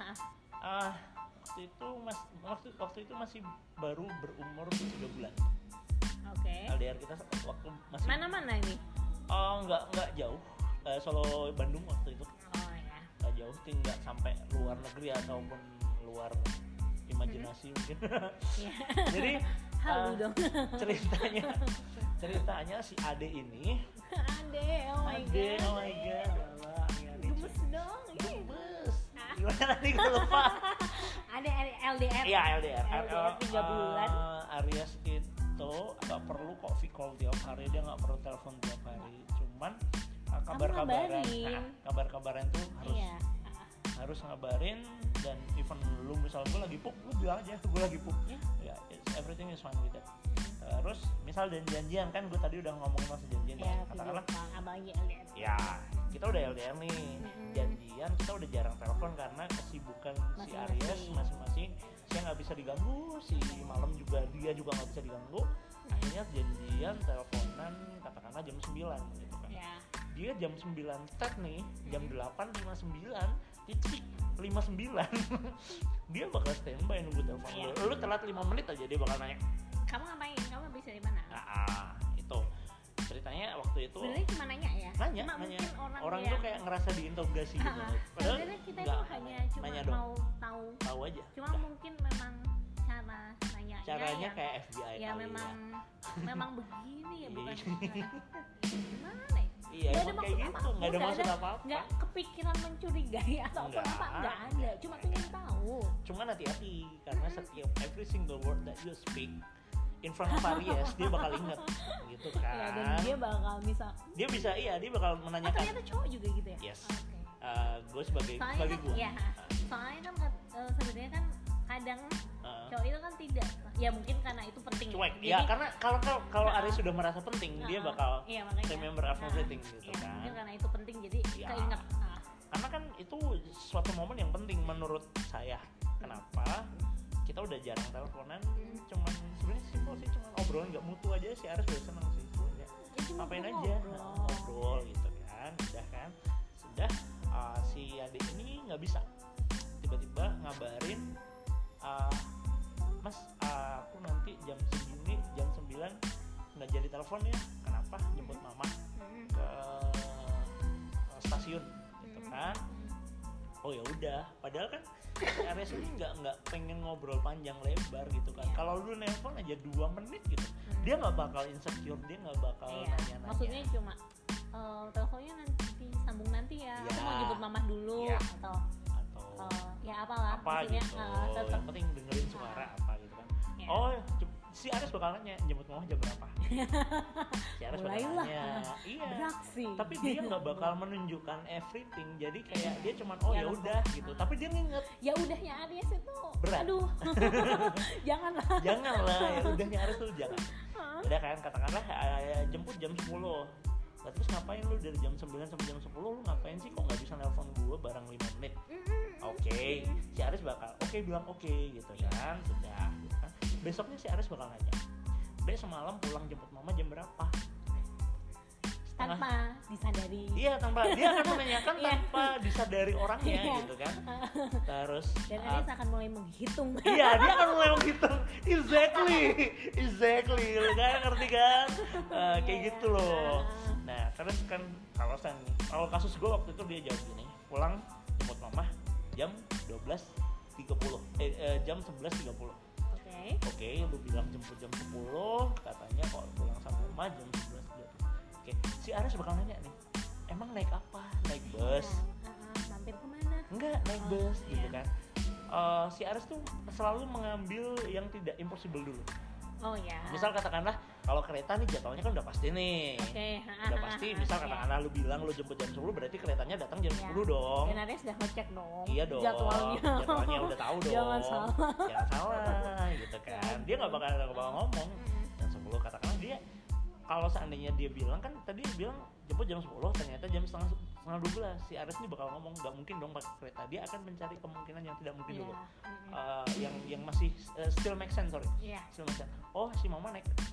Waktu itu masih baru berumur 3 bulan. Oke. LDR kita waktu masih. Mana ini? Enggak jauh. Solo Bandung waktu itu. Oh ya. Enggak jauh, tinggal sampai luar negeri ataupun luar imajinasi mungkin. Jadi halu dong. Ceritanya si Ade ini. Oh my god. Gemes dong. Gemes. Gimana nanti gue lupa. Ade LDR. Iya LDR 3 bulan. Aries itu nggak perlu kok video call tiap hari, dia nggak perlu telepon tiap hari. Cuman kabar-kabaran tuh harus ngabarin. Dan even lu misal gue lagi pup, lu bilang aja gue lagi pup. Ya, everything is fine with that. Terus misal janjian kan, gue tadi udah ngomongin masa janjian kan, katakanlah abangnya LDR. Ya kita udah LDR nih, janjian kita udah jarang telepon karena kesibukan si Aries masing-masing. Saya nggak bisa diganggu, si malam juga dia juga nggak bisa diganggu. Akhirnya janjian teleponan katakanlah jam 9 gitu kan. Dia jam 9 start nih, jam 8:59 dia bakal standby nunggu telepon lu telat 5 menit aja dia bakal nanya, kamu ngapain? Kamu bisa di mana? Itu ceritanya waktu itu. Sebenarnya cuma nanya ya. Nanya. Orang tuh kayak ngerasa diinterogasi gitu. Padahal sebenarnya kita itu hanya cuma mau tahu aja. Cuma mungkin memang cara nanya. Caranya kayak FBI ya memang begini ya bukan. Iya, emang kayak gitu, nggak ada maksud apa-apa. Nggak kepikiran mencurigai atau apa, nggak ada. Cuma pengen tahu. Cuman hati-hati, karena setiap every single word that you speak in front of Aries, dia bakal inget, gitu kan. Ya, dan dia bakal dia bakal menanyakan. Ternyata cowok juga gitu ya? Yes. Gue sebagai gue. Iya, soalnya kan sebenarnya kan kadang cowok itu kan tidak, ya mungkin karena itu penting. Cuek, ya. Ya karena kalau Aries sudah merasa penting, dia bakal remember everything gitu iya, kan. Mungkin karena itu penting, jadi keinget. Karena kan itu suatu momen yang penting menurut saya. Kenapa? Kita udah jarang teleponan, cuman sebenarnya simpel sih, cuman obrolan nggak mutu aja sih. Aries udah seneng sih sebenarnya. Ngapain aja ngobrol gitu kan, udah kan. Sudah si adik ini nggak bisa tiba-tiba ngabarin, Mas, aku nanti jam 9 nggak jadi telepon ya. Kenapa? Jemput mama ke stasiun gitu kan. Oh ya udah, padahal kan Aries ini nggak pengen ngobrol panjang lebar gitu kan. Kalau lu nelpon aja 2 menit gitu, dia nggak bakal insecure, dia nggak bakal nanya-nanya. Maksudnya cuma teleponnya nanti sambung nanti ya. Aku mau jemput mama dulu atau ya apalah. Apa gitu. Yang penting dengerin suara apa gitu kan. Oh, si Aries bakal nanya jemput mama jam berapa. Si Aries bakal nanya. Iya. Beraksi. Tapi dia nggak bakal menunjukkan everything. Jadi kayak dia cuman ya udah gitu. Tapi dia nginget. Ya udahnya Aries itu berat. Aduh. Janganlah. Ya udahnya Aries tuh jangan. Udah kan, katakanlah jemput jam 10. Nah, terus ngapain lu dari jam 9 sampai jam 10 lu ngapain sih, kok nggak bisa nelpon gue bareng 5 menit? Oke. Si Aries bakal bilang oke gitu kan. Sudah gitu kan. Besoknya si Aries bakal nanya, Be semalam pulang jemput mama jam berapa? Tanpa disadari. Iya, dia akan menanyakan tanpa disadari orangnya gitu kan. Terus dan Aries akan mulai menghitung. Iya, dia akan mulai menghitung. Exactly. Lu kan ngerti kan? Kayak gitu loh. Nah, terus kan kalau kasus gue waktu itu dia jawab gini, pulang jemput mama jam 12.30. Jam 11.30. Oke, lu bilang jemput jam 10, katanya kalau pulang sama mama jam 11.30. Oke, si Aries bakal nanya nih, emang naik apa? Naik bus? Mampir kemana? Enggak, naik bus gitu kan. Si Aries tuh selalu mengambil yang tidak impossible dulu. Oh ya. Misal katakanlah kalau kereta nih jadwalnya kan udah pasti nih. Udah pasti. Misal katakanlah lu bilang lu jemput jam 10, berarti keretanya datang jam 10 dong. Dan Aries udah ngecek dong. Iya dong. Jadwalnya udah tahu dong. Jangan salah gitu kan. Dia nggak bakal ngomong. Jam 10 katakanlah dia, kalau seandainya dia bilang kan tadi bilang jemput jam 10, ternyata jam setengah 12, si Aries ini bakal ngomong nggak mungkin dong pakai kereta. Dia akan mencari kemungkinan yang tidak mungkin dulu. Yang masih still make sense, sorry. Still make sense. Oh, si mama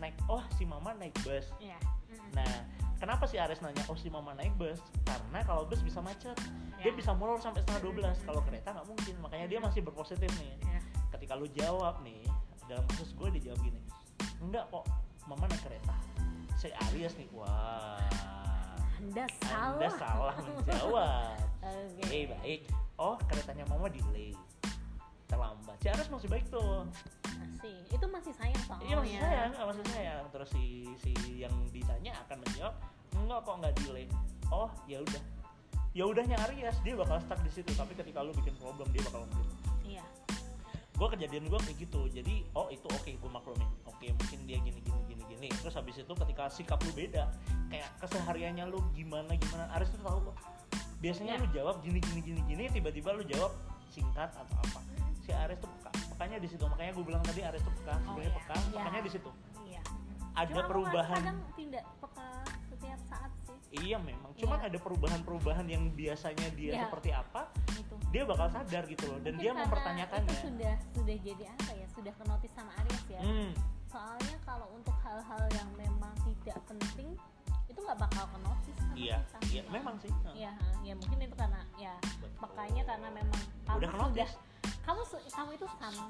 naik bus. Nah, kenapa si Aries nanya si mama naik bus? Karena kalau bus bisa macet. Dia bisa molor sampai setengah 12. Kalau kereta nggak mungkin. Makanya dia masih berpositif nih. Ketika lu jawab nih, dalam kasus gue dia jawab gini, enggak kok, mama naik kereta. Si Aries nih, wah, Anda salah menjawab. Oke, baik. Oh, keretanya mama delay, terlambat. Si Aries masih baik tuh. Itu masih sayang soalnya. Iya, masih sayang. Terus si yang ditanya akan menjawab, enggak kok, nggak delay. Oh, ya udah. Ya udahnya Aries, dia bakal stuck di situ. Tapi ketika lu bikin problem, dia bakal ngomong. Iya. Kejadian gue kayak gitu. Jadi, itu oke, gue maklumin. Oke, mungkin dia gini. Terus habis itu ketika sikap lu beda, kayak kesehariannya lu gimana, Aries tuh tahu kok. Biasanya lu jawab gini, tiba-tiba lu jawab singkat atau apa. Si Aries tuh pekanya di situ. Makanya gue bilang tadi Aries tuh peka, sebenarnya pekanya di situ. Iya. Ada perubahan. Kadang tidak peka setiap saat sih. Iya memang. Cuman ada perubahan yang biasanya dia seperti apa, itu. Dia bakal sadar gitu loh. Dan mungkin dia mempertanyakannya. Itu sudah jadi apa ya? Sudah kenotis sama Aries ya. Soalnya kalau untuk hal-hal yang memang tidak penting itu nggak bakal kenotis sama kita. Iya, memang sih. Iya, mungkin itu karena makanya karena memang kamu sudah kamu itu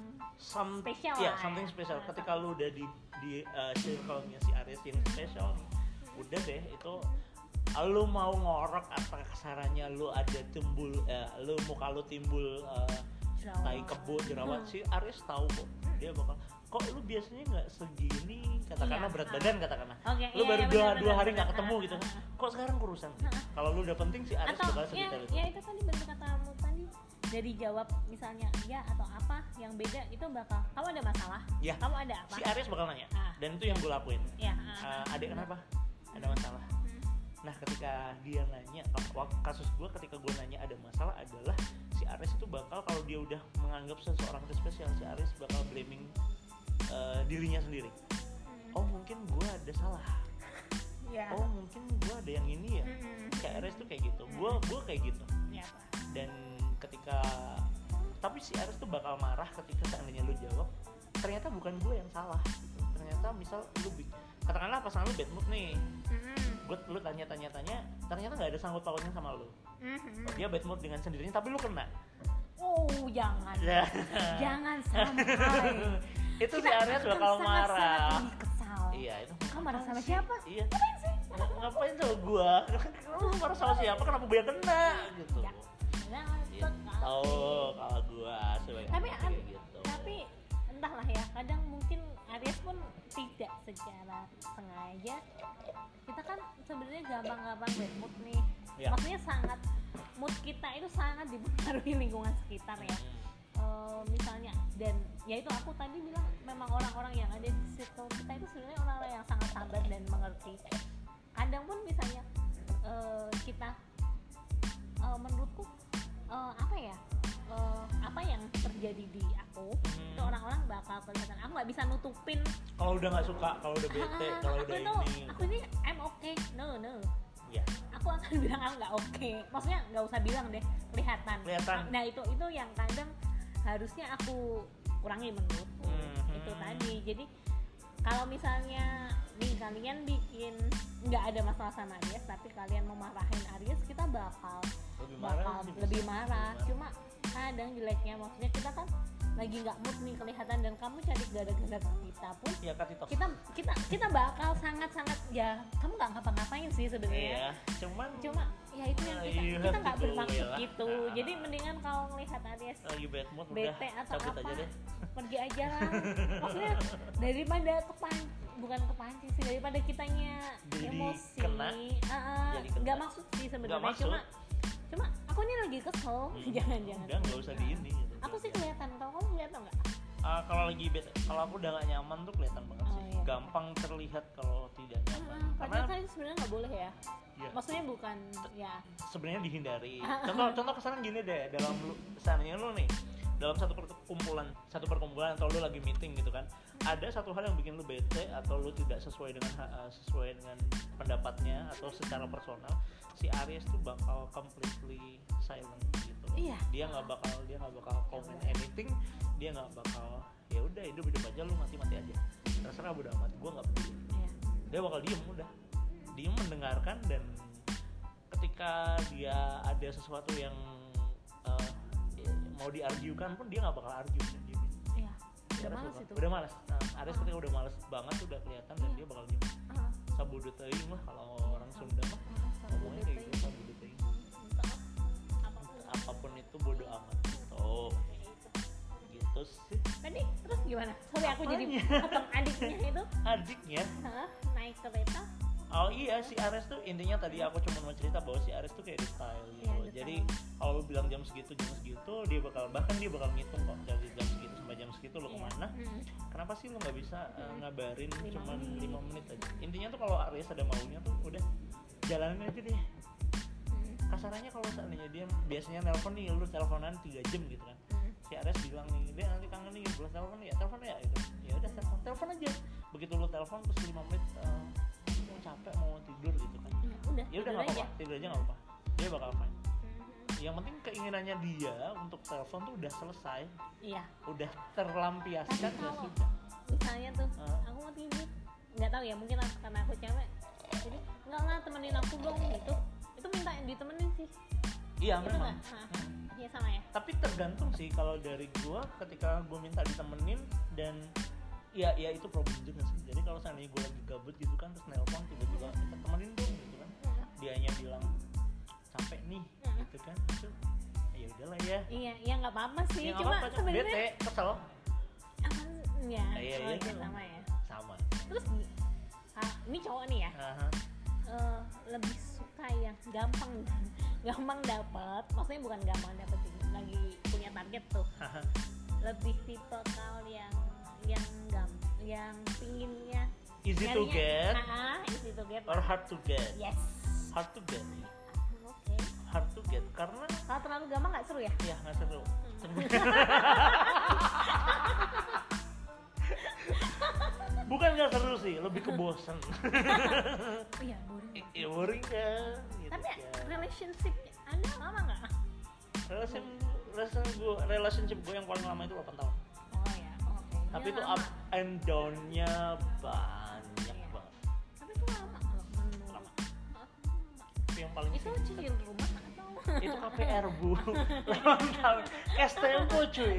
spesial lah. Something special. Ketika lu udah di circle-nya si Aries yang spesial, udah deh itu. Lu mau ngorok apa kesarannya, lu ada timbul, muka lu timbul tai kebo, jerawat, si Aries tahu kok. Dia bakal kok lu biasanya nggak segini, katakanlah Iya, berat badan katakanlah. Oke, Lu iya, baru iya, dua benar, hari benar. nggak ketemu gitu. Kok sekarang kurusan? Kalau lu udah penting si Aries Atau bakal ya, sedetail itu. ya itu tadi benar katamu tadi, dari jawab misalnya ya atau apa yang beda itu bakal kamu ada masalah, Ya. kamu ada apa, Si Aries bakal nanya. Ah. Dan itu yang gue lakuin. ya Adek kenapa? Ada masalah. Nah ketika dia nanya, kasus gue ketika gue nanya ada masalah adalah si Aries itu bakal, kalau dia udah menganggap seseorang itu spesial, si Aries bakal blaming dirinya sendiri. Oh mungkin gue ada salah. ya Oh mungkin gue ada yang ini ya. Si Aries tuh kayak gitu. Gue kayak gitu. ya Dan ketika, tapi si Aries tuh bakal marah ketika seandainya lu jawab ternyata bukan gue yang salah gitu. Ternyata misal lu katakanlah pasangan lu bad mood nih, lu tanya ternyata nggak ada sangkut pautnya sama lu. Dia bad mood dengan sendirinya tapi lu kena. oh jangan Ya. jangan sampai Itu si kita Aries akan bakal marah. sangat-sangat lebih kesal. Iya itu. Kamu marah sama Ngapain siapa? sih? Iya. Ngapain sih? Ngapain sama gua? Lu marah sama siapa? Kenapa gue yang kena gitu? Ya, jangan Gitu. sekali. Kalau gua sebagai Tapi anak kayak gitu. tapi entahlah ya, kadang mungkin Aries pun tidak secara sengaja. Kita kan sebenarnya gampang-gampang bad mood nih. Ya. Maksudnya sangat mood kita itu sangat dipengaruhi lingkungan sekitar ya. Misalnya, dan ya itu aku tadi bilang memang orang-orang yang ada di circle kita itu sebenarnya orang-orang yang sangat sabar dan mengerti. Kadang pun misalnya kita menurutku apa ya, apa yang terjadi di aku itu orang-orang bakal kelihatan. Aku nggak bisa nutupin. Kalau udah nggak suka, kalau udah bete, kalau udah ini. Aku ini I'm okay, no. Ya. Aku akan bilang aku nggak oke. Maksudnya nggak usah bilang deh, kelihatan. Nah itu yang kadang harusnya aku kurangi menurutku. Itu tadi. Jadi kalau misalnya nih kalian bikin nggak ada masalah sama Aries, tapi kalian memarahin Aries, kita bakal lebih marah. Cuma kadang jeleknya, maksudnya kita kan lagi nggak mood nih kelihatan, dan kamu cari gara-gara kita pun Ya Kak, kita bakal sangat ya kamu nggak ngapa-ngapain sih sebenarnya. Iya, cuma ya itu yang kita nggak bermaksud gitu. Jadi mendingan kalau ngelihat Aries lagi bad mood bete udah atau cabut apa, aja deh. pergi aja lah. Maksudnya daripada bukan kepancing sih, daripada kitanya Jadi emosi. kena, jadi kena. Nggak maksud sih sebenarnya, Nggak maksud. cuma aku ini lagi kesel. jangan Udah nggak usah di ini gitu. Aku sih kelihatan, kalau kamu kelihatan nggak? Kalau lagi bete, kalau aku udah gak nyaman tuh kelihatan banget Oh, sih. iya. Gampang terlihat kalau tidak nyaman. Padahal kan itu sebenarnya nggak boleh ya. Ya, Maksudnya bukan ya. sebenarnya dihindari. Contoh kesan gini deh, dalam misalnya lu nih dalam satu perkumpulan atau lu lagi meeting gitu kan, ada satu hal yang bikin lu bete atau lu tidak sesuai dengan pendapatnya atau secara personal, si Aries tuh bakal completely silent gitu. Iya. Dia nggak bakal comment anything, dia nggak bakal, ya udah hidup aja, lu mati aja, terserah bodo amat, gue nggak peduli. Iya. Dia bakal diem mendengarkan, dan ketika dia ada sesuatu yang mau diargukan pun dia nggak bakal argue, dan dia Iya. Udah malas itu. udah malas. Aries ketika udah malas banget udah kelihatan, dan dia bakal diem. Sabudu teuing lah kalau orang Sunda mah ngomongnya kayak gitu, sabudu teuing. Apapun itu bodo amat gitu sih. Tadi terus gimana? Sorry aku jadi Apanya? potong adiknya itu. Adiknya, Naik kereta. oh iya, si Aries tuh intinya tadi aku cuma mau cerita bahwa si Aries tuh kayak di style gitu. Iya, di Jadi style. kalau lu bilang jam segitu dia bakal ngitung kok, dari jam segitu sampai jam segitu lu kemana. Kenapa sih lu nggak bisa ngabarin 5 cuma menit. 5 menit aja. Intinya tuh kalau Aries ada maunya tuh udah jalanin aja deh. Kasarannya kalau seandainya dia biasanya nelpon nih, lu teleponan 3 jam gitu kan, si Aries bilang nih, dia nanti kangen nih, boleh telepon ya gitu. Ya udah telepon aja. Begitu lu telepon terus 5 menit mau capek mau tidur gitu kan, ya udah nggak apa-apa, tidur aja nggak apa-apa, dia bakal fine. Yang penting keinginannya dia untuk telepon tuh udah selesai, Iya. udah terlampiaskan, Tapi ya kalau sudah. misalnya tuh aku mau tidur, nggak tahu ya, mungkin karena aku cewek, jadi nggak lah temenin aku dong gitu. Itu minta ditemenin sih. Iya Itu memang. nggak? Iya sama ya. Tapi tergantung sih, kalau dari gua ketika gua minta ditemenin, dan ya itu problem juga sih. Jadi kalau seandainya gua lagi gabut gitu kan, terus nelpon tiba-tiba minta temenin dong gitu kan, dianya bilang capek nih gitu kan, itu ya udahlah ya. Iya, ya nggak apa-apa sih. Ya nggak Cuma apa-apa, sebenarnya bete, kesel. Ya, Iya, oh, itu iya, sama ya. sama. Terus ini cowok nih ya, lebih suka yang gampang dapat, maksudnya bukan gampang dapet sih, lagi punya target tuh. Lebih tipe kau yang pinginnya Easy to get easy to get or hard to get? yes. Hard to get. Oke. Hard to get karena Kalau terlalu gampang nggak seru ya? ya nggak seru. Bukan nggak seru sih, lebih ke bosen. Iya, boring. Iya boring kan. Gitu Tapi kan. relationship Anda lama nggak? Relationship gue yang paling lama itu 8 tahun. Oh ya, oke. Tapi Dia itu lama. up and down-nya banyak Iya. banget. Tapi itu lama loh menurut. Lama. Lama. Itu yang paling Itu singkat. cicil rumah atau? Itu KPR bu. 8 tahun. Cash tempo cuy.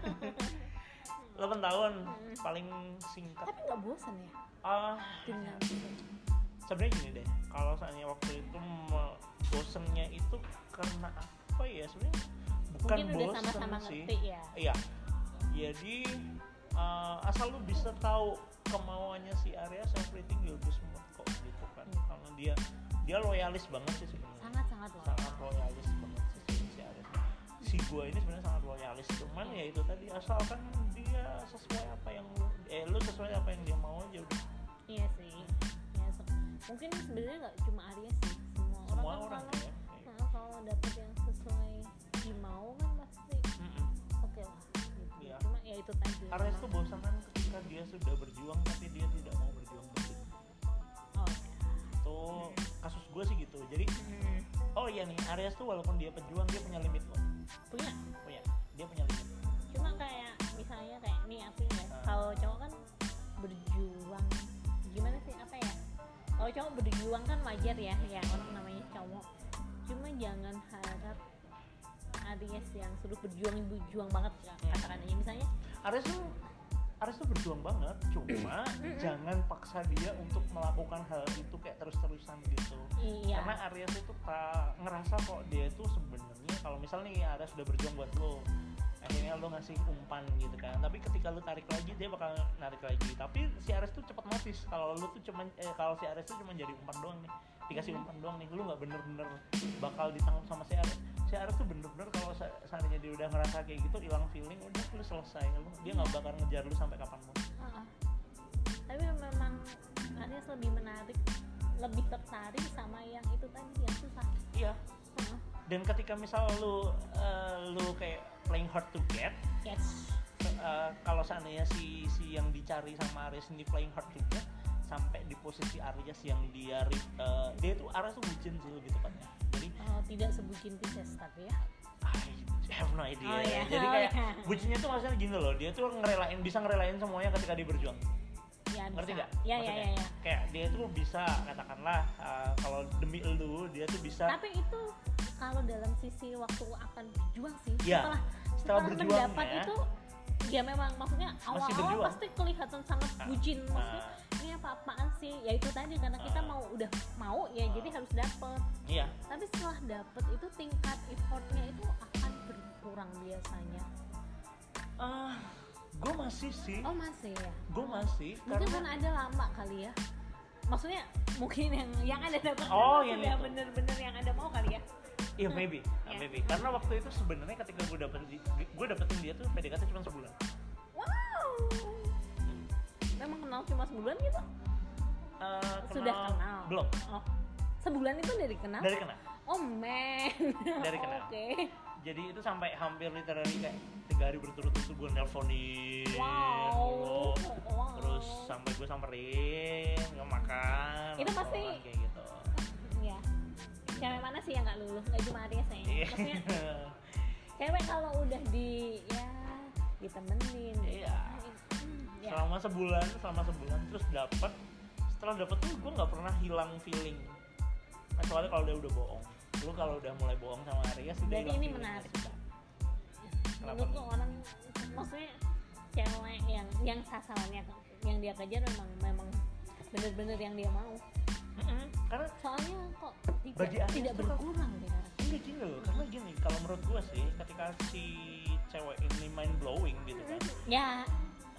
8 tahun paling singkat. Tapi nggak bosan ya? Dengan Sebenarnya gini deh, kalau seandainya waktu itu bosennya itu karena apa ya, sebenarnya bukan mungkin udah bosen sama-sama sih. ngerti ya. Iya. Jadi asal lu bisa tahu kemauannya si Aries, everything will be smooth kok gitu kan. Karena dia loyalis banget sih sebenarnya. Sangat loh. Sangat loyalis banget sih si Aries. Si gua ini sebenarnya sangat loyalis, cuman ya itu tadi asalkan dia sesuai apa yang lu sesuai apa yang dia mau aja udah. Iya sih. Ya, mungkin sebenarnya nggak cuma Aries sih, semua orang kan ya. kalau dapet yang sesuai dimau kan pasti oke lah gitu. Iya. Cuma ya itu tadi. Aries tuh bosanan ketika dia sudah berjuang tapi dia tidak mau berjuang balik. Oh ya. Itu kasus gue sih gitu. Jadi oh iya nih, Aries tuh walaupun dia pejuang dia punya limit loh. Punya. Dia punya limit. Cuma kayak misalnya kayak nih aku ya, kalau cowok kan berjuang gimana sih apa ya? Kalau cowok berjuang kan wajar ya, ya orang namanya cowok. Cuma jangan harap Aries yang suruh berjuang banget ya, katakan aja misalnya. Aries tuh berjuang banget, cuma jangan paksa dia untuk melakukan hal itu kayak terus-terusan gitu. Iya. Karena Aries itu ngerasa kok dia itu sebenarnya kalau misalnya nih Aries udah berjuang buat lo, akhirnya lo ngasih umpan gitu kan, tapi ketika lo tarik lagi dia bakal narik lagi. Tapi si Aries tuh cepat notice kalau lo tuh kalau si Aries tuh cuma jadi umpan doang nih, dikasih umpan doang nih, lo nggak bener-bener bakal ditangkap sama si Aries. Si Aries tuh bener-bener kalau seandainya dia udah ngerasa kayak gitu, hilang feeling, udah lo selesai, dia nggak bakal ngejar lo sampai kapanpun. Tapi memang Aries lebih tertarik sama yang itu tadi, yang susah. Iya. Dan ketika misal lu kayak playing hard to get, Yes. kalau seandainya si yang dicari sama Aries ini playing hard to get, sampai di posisi Aries yang dia itu Aries tuh bucin sih lebih tepatnya. Jadi Tidak sebutin Pisces tapi ya. I have no idea. Oh, iya. Jadi kayak bucinnya tuh maksudnya gini loh, dia tuh bisa ngerelain semuanya ketika dia berjuang. Ya, Ngerti nggak? Ya. Kayak dia tuh bisa katakanlah kalau demi elu dia tuh bisa. Tapi itu kalau dalam sisi waktu akan berjuang sih. Ya, setelah berjuang mendapat ya. itu dia memang maksudnya awal-awal pasti kelihatan sangat bucin. Maksudnya ini apa-apaan sih? Ya itu tadi karena kita udah mau ya jadi harus dapet. Iya. Tapi setelah dapet itu tingkat effortnya itu akan berkurang biasanya. Gue masih sih. Oh masih ya. Gue masih. Mungkin kan ada lama kali ya. Maksudnya mungkin yang ada dapat yang sudah itu. bener-bener yang ada mau kali ya. Iya maybe. Karena waktu itu sebenarnya ketika gue dapetin dia tuh PDKT cuma sebulan. Wow. Memang kenal cuma sebulan gitu? Sudah kenal. Belum. Oh. Sebulan itu dari kenal? Dari kenal. Oh man. Dari kenal. Oke. Jadi itu sampai hampir literally kayak 3 hari berturut-turut gue nelponin. Wow. Terus sampai gue samperin, makan. Itu pasti kayak gitu. Ya. Cewek mana sih yang nggak luluh? Nggak cuma Aries ya. Maksudnya cewek kalau udah ditemenin. Iya. Ya. Selama sebulan terus setelah dapet tuh gue nggak pernah hilang feeling. Kecuali kalau dia udah bohong. Lu kalau udah mulai bohong sama Aries, berarti ini menarik. Menurutku orang, maksudnya cewek yang sasarannya yang dia kejar memang bener-bener yang dia mau. Karena soalnya kok tidak tuh berkurang deh. Enggak gini loh, karena gini, kalau menurut gue sih ketika si cewek ini mind blowing gitu kan. Ya.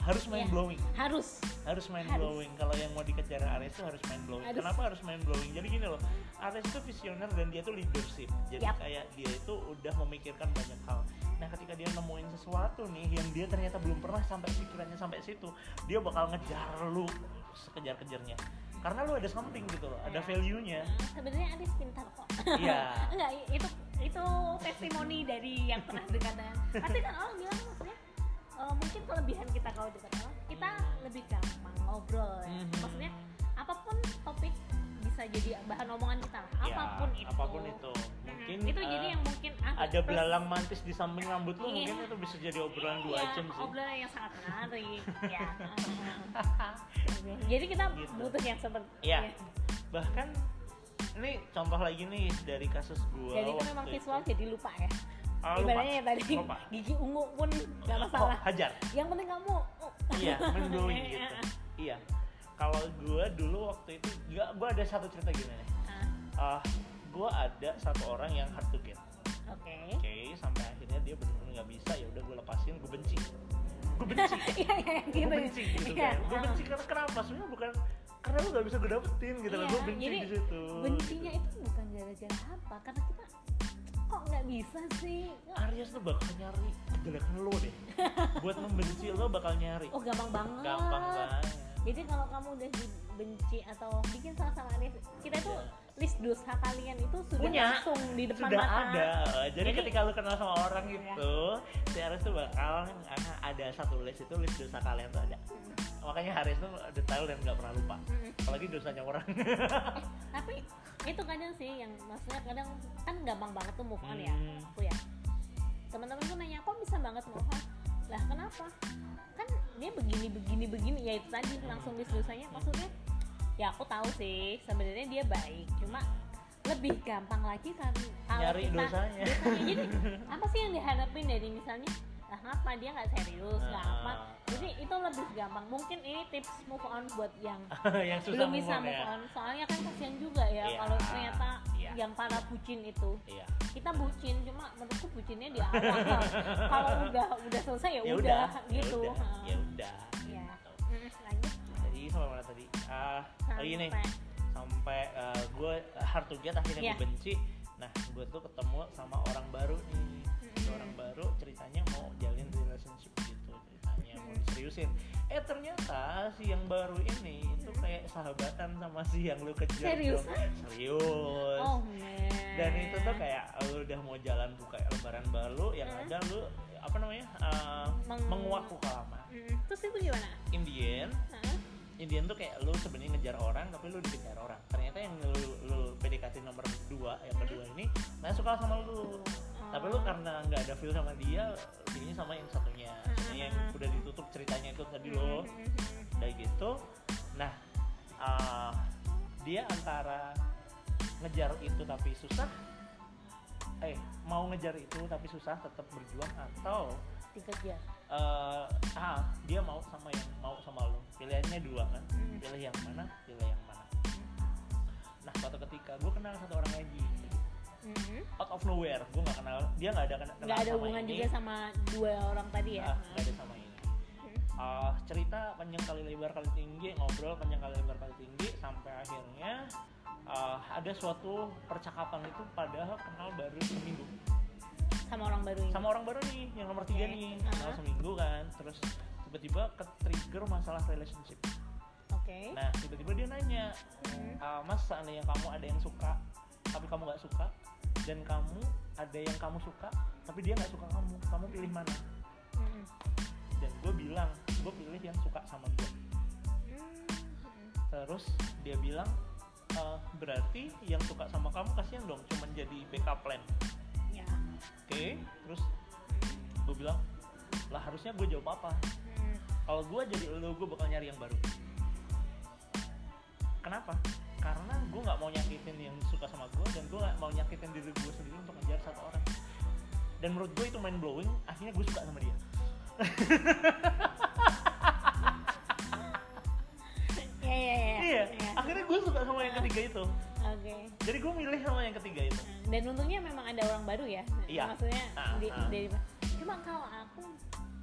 harus mind blowing. Harus Mind blowing. Kalau yang mau dikejar Aries itu harus mind blowing. Kenapa harus mind blowing? Jadi gini loh, Aries itu visioner dan dia tuh leadership. Jadi kayak dia itu udah memikirkan banyak hal. Nah, ketika dia nemuin sesuatu nih yang dia ternyata belum pernah sampai pikirannya sampai situ, dia bakal ngejar lu sekejar-kejarnya. Karena lu ada something gitu loh, ada value-nya. Sebenarnya Aries pintar kok. Iya. Enggak, itu testimoni dari yang pernah dekat dengan. Pasti kan orang bilang maksudnya mungkin kelebihan kita kalau dekat orang, kita lebih gampang ngobrol ya. Maksudnya apapun topik bisa jadi bahan omongan kita lah. Apapun itu. Mungkin itu jadi yang mungkin ada belalang mantis di samping rambut lu, mungkin itu bisa jadi obrolan 2 jam sih. Obrolan yang sangat menarik. Ya. Jadi kita gitu. Butuh yang seperti Bahkan ini contoh lagi nih dari kasus gua. Jadi itu memang visual itu. Jadi lupa ya. Ibaratnya yang tadi gigi ungu pun nggak masalah. Hajar. Yang penting kamu. Iya, mind-blowing gitu. Iya. Kalau gue dulu waktu itu, gue ada satu cerita gini nih. Gue ada satu orang yang hard to get. Oke, sampai akhirnya dia benar-benar nggak bisa. Ya udah gue lepasin, gue benci. Gue benci gitu kan. Gue benci karena kenapa? Sebenarnya bukan karena lu nggak bisa gue dapetin gitu loh. Gue benci di situ. Bencinya itu bukan gara-gara apa? Karena kita kok nggak bisa sih? Aries tuh bakal nyari kejelekan lo deh. Buat membenci lo bakal nyari. Oh, gampang banget. Jadi kalau kamu udah dibenci atau bikin salah sama Aries, kita tuh list dosa kalian itu sudah langsung di depan sudah mata. Ada. Jadi ketika lu kenal sama orang gitu, si Aries tuh bakal ada satu list itu, list dosa kalian tuh ada. Makanya Aries tuh detail dan nggak pernah lupa. Apalagi dosanya orang. Tapi itu kadang sih yang maksudnya kadang kan gampang banget tuh move on ya. Aku ya. Teman-teman tuh nanya kok bisa banget move on. Lah kenapa? Kan dia begini ya itu tadi langsung list dosanya. Maksudnya ya aku tahu sih sebenarnya dia baik, cuma lebih gampang lagi kan kalau nyari dosanya. Jadi apa sih yang dihadapin dari misalnya lah ngapa dia nggak serius nggak apa, jadi itu lebih gampang. Mungkin ini tips move on buat yang belum bisa move on, soalnya kan kasihan juga ya kalau ternyata yang para bucin itu. Kita bucin, cuma menurutku bucinnya di awal. Kalau udah selesai ya udah gitu. Ya udah. Lanjut. Jadi sampai mana tadi? Ini sampai gue hard to get, akhirnya gue benci. Nah, gue tuh ketemu sama orang baru nih. Orang baru ceritanya mau jalin relationship gitu, ceritanya mau diseriusin. Ternyata si yang baru ini itu kayak sahabatan sama si yang lu kejar. Serius. Oh man. Dan itu tuh kayak lu udah mau jalan buka lembaran baru, yang ada lu apa namanya menguak luka lama. Terus itu gimana? Indian tuh kayak lu sebenarnya ngejar orang tapi lu dikejar orang. Ternyata yang lu PDKT nomor 2 yang kedua ini nggak suka sama lu. Tapi lu karena nggak ada feel sama dia, jadinya sama yang satunya. Yang udah ditutup ceritanya itu tadi lo. Kayak gitu. Nah, dia antara ngejar itu tapi susah, mau ngejar itu tapi susah tetap berjuang, atau dikejar. Dia mau sama lo. Pilihannya 2 kan. Pilih yang mana? Nah, suatu ketika gue kenal satu orang lagi. Out of nowhere, gue nggak kenal dia, nggak ada hubungan juga sama 2 orang tadi ya. Nggak ada sama ini. Cerita panjang kali lebar kali tinggi, ngobrol panjang kali lebar kali tinggi, sampai akhirnya ada suatu percakapan itu, padahal kenal baru seminggu sama orang baru ini. Sama orang baru nih, yang nomor 3 nih, kenal seminggu kan, terus tiba-tiba ke-trigger masalah relationship. Nah, tiba-tiba dia nanya, Mas, seandainya kamu ada yang suka tapi kamu nggak suka, dan kamu ada yang kamu suka tapi dia nggak suka kamu pilih mana? Dan gue bilang gue pilih yang suka sama gue. Terus dia bilang, berarti yang suka sama kamu kasihan dong, cuman jadi backup plan. Terus gue bilang, lah harusnya gue jawab apa? Kalau gue jadi lo, gue bakal nyari yang baru. Kenapa? Karena gue nggak mau nyakitin yang suka sama gue, dan gue nggak mau nyakitin diri gue sendiri untuk ngejar satu orang. Dan menurut gue itu mind blowing. Akhirnya gue suka sama dia. Iya. Akhirnya gue suka sama yang ketiga itu. Jadi gue milih sama yang ketiga itu. Dan untungnya memang ada orang baru ya. Iya. Maksudnya cuma kalau aku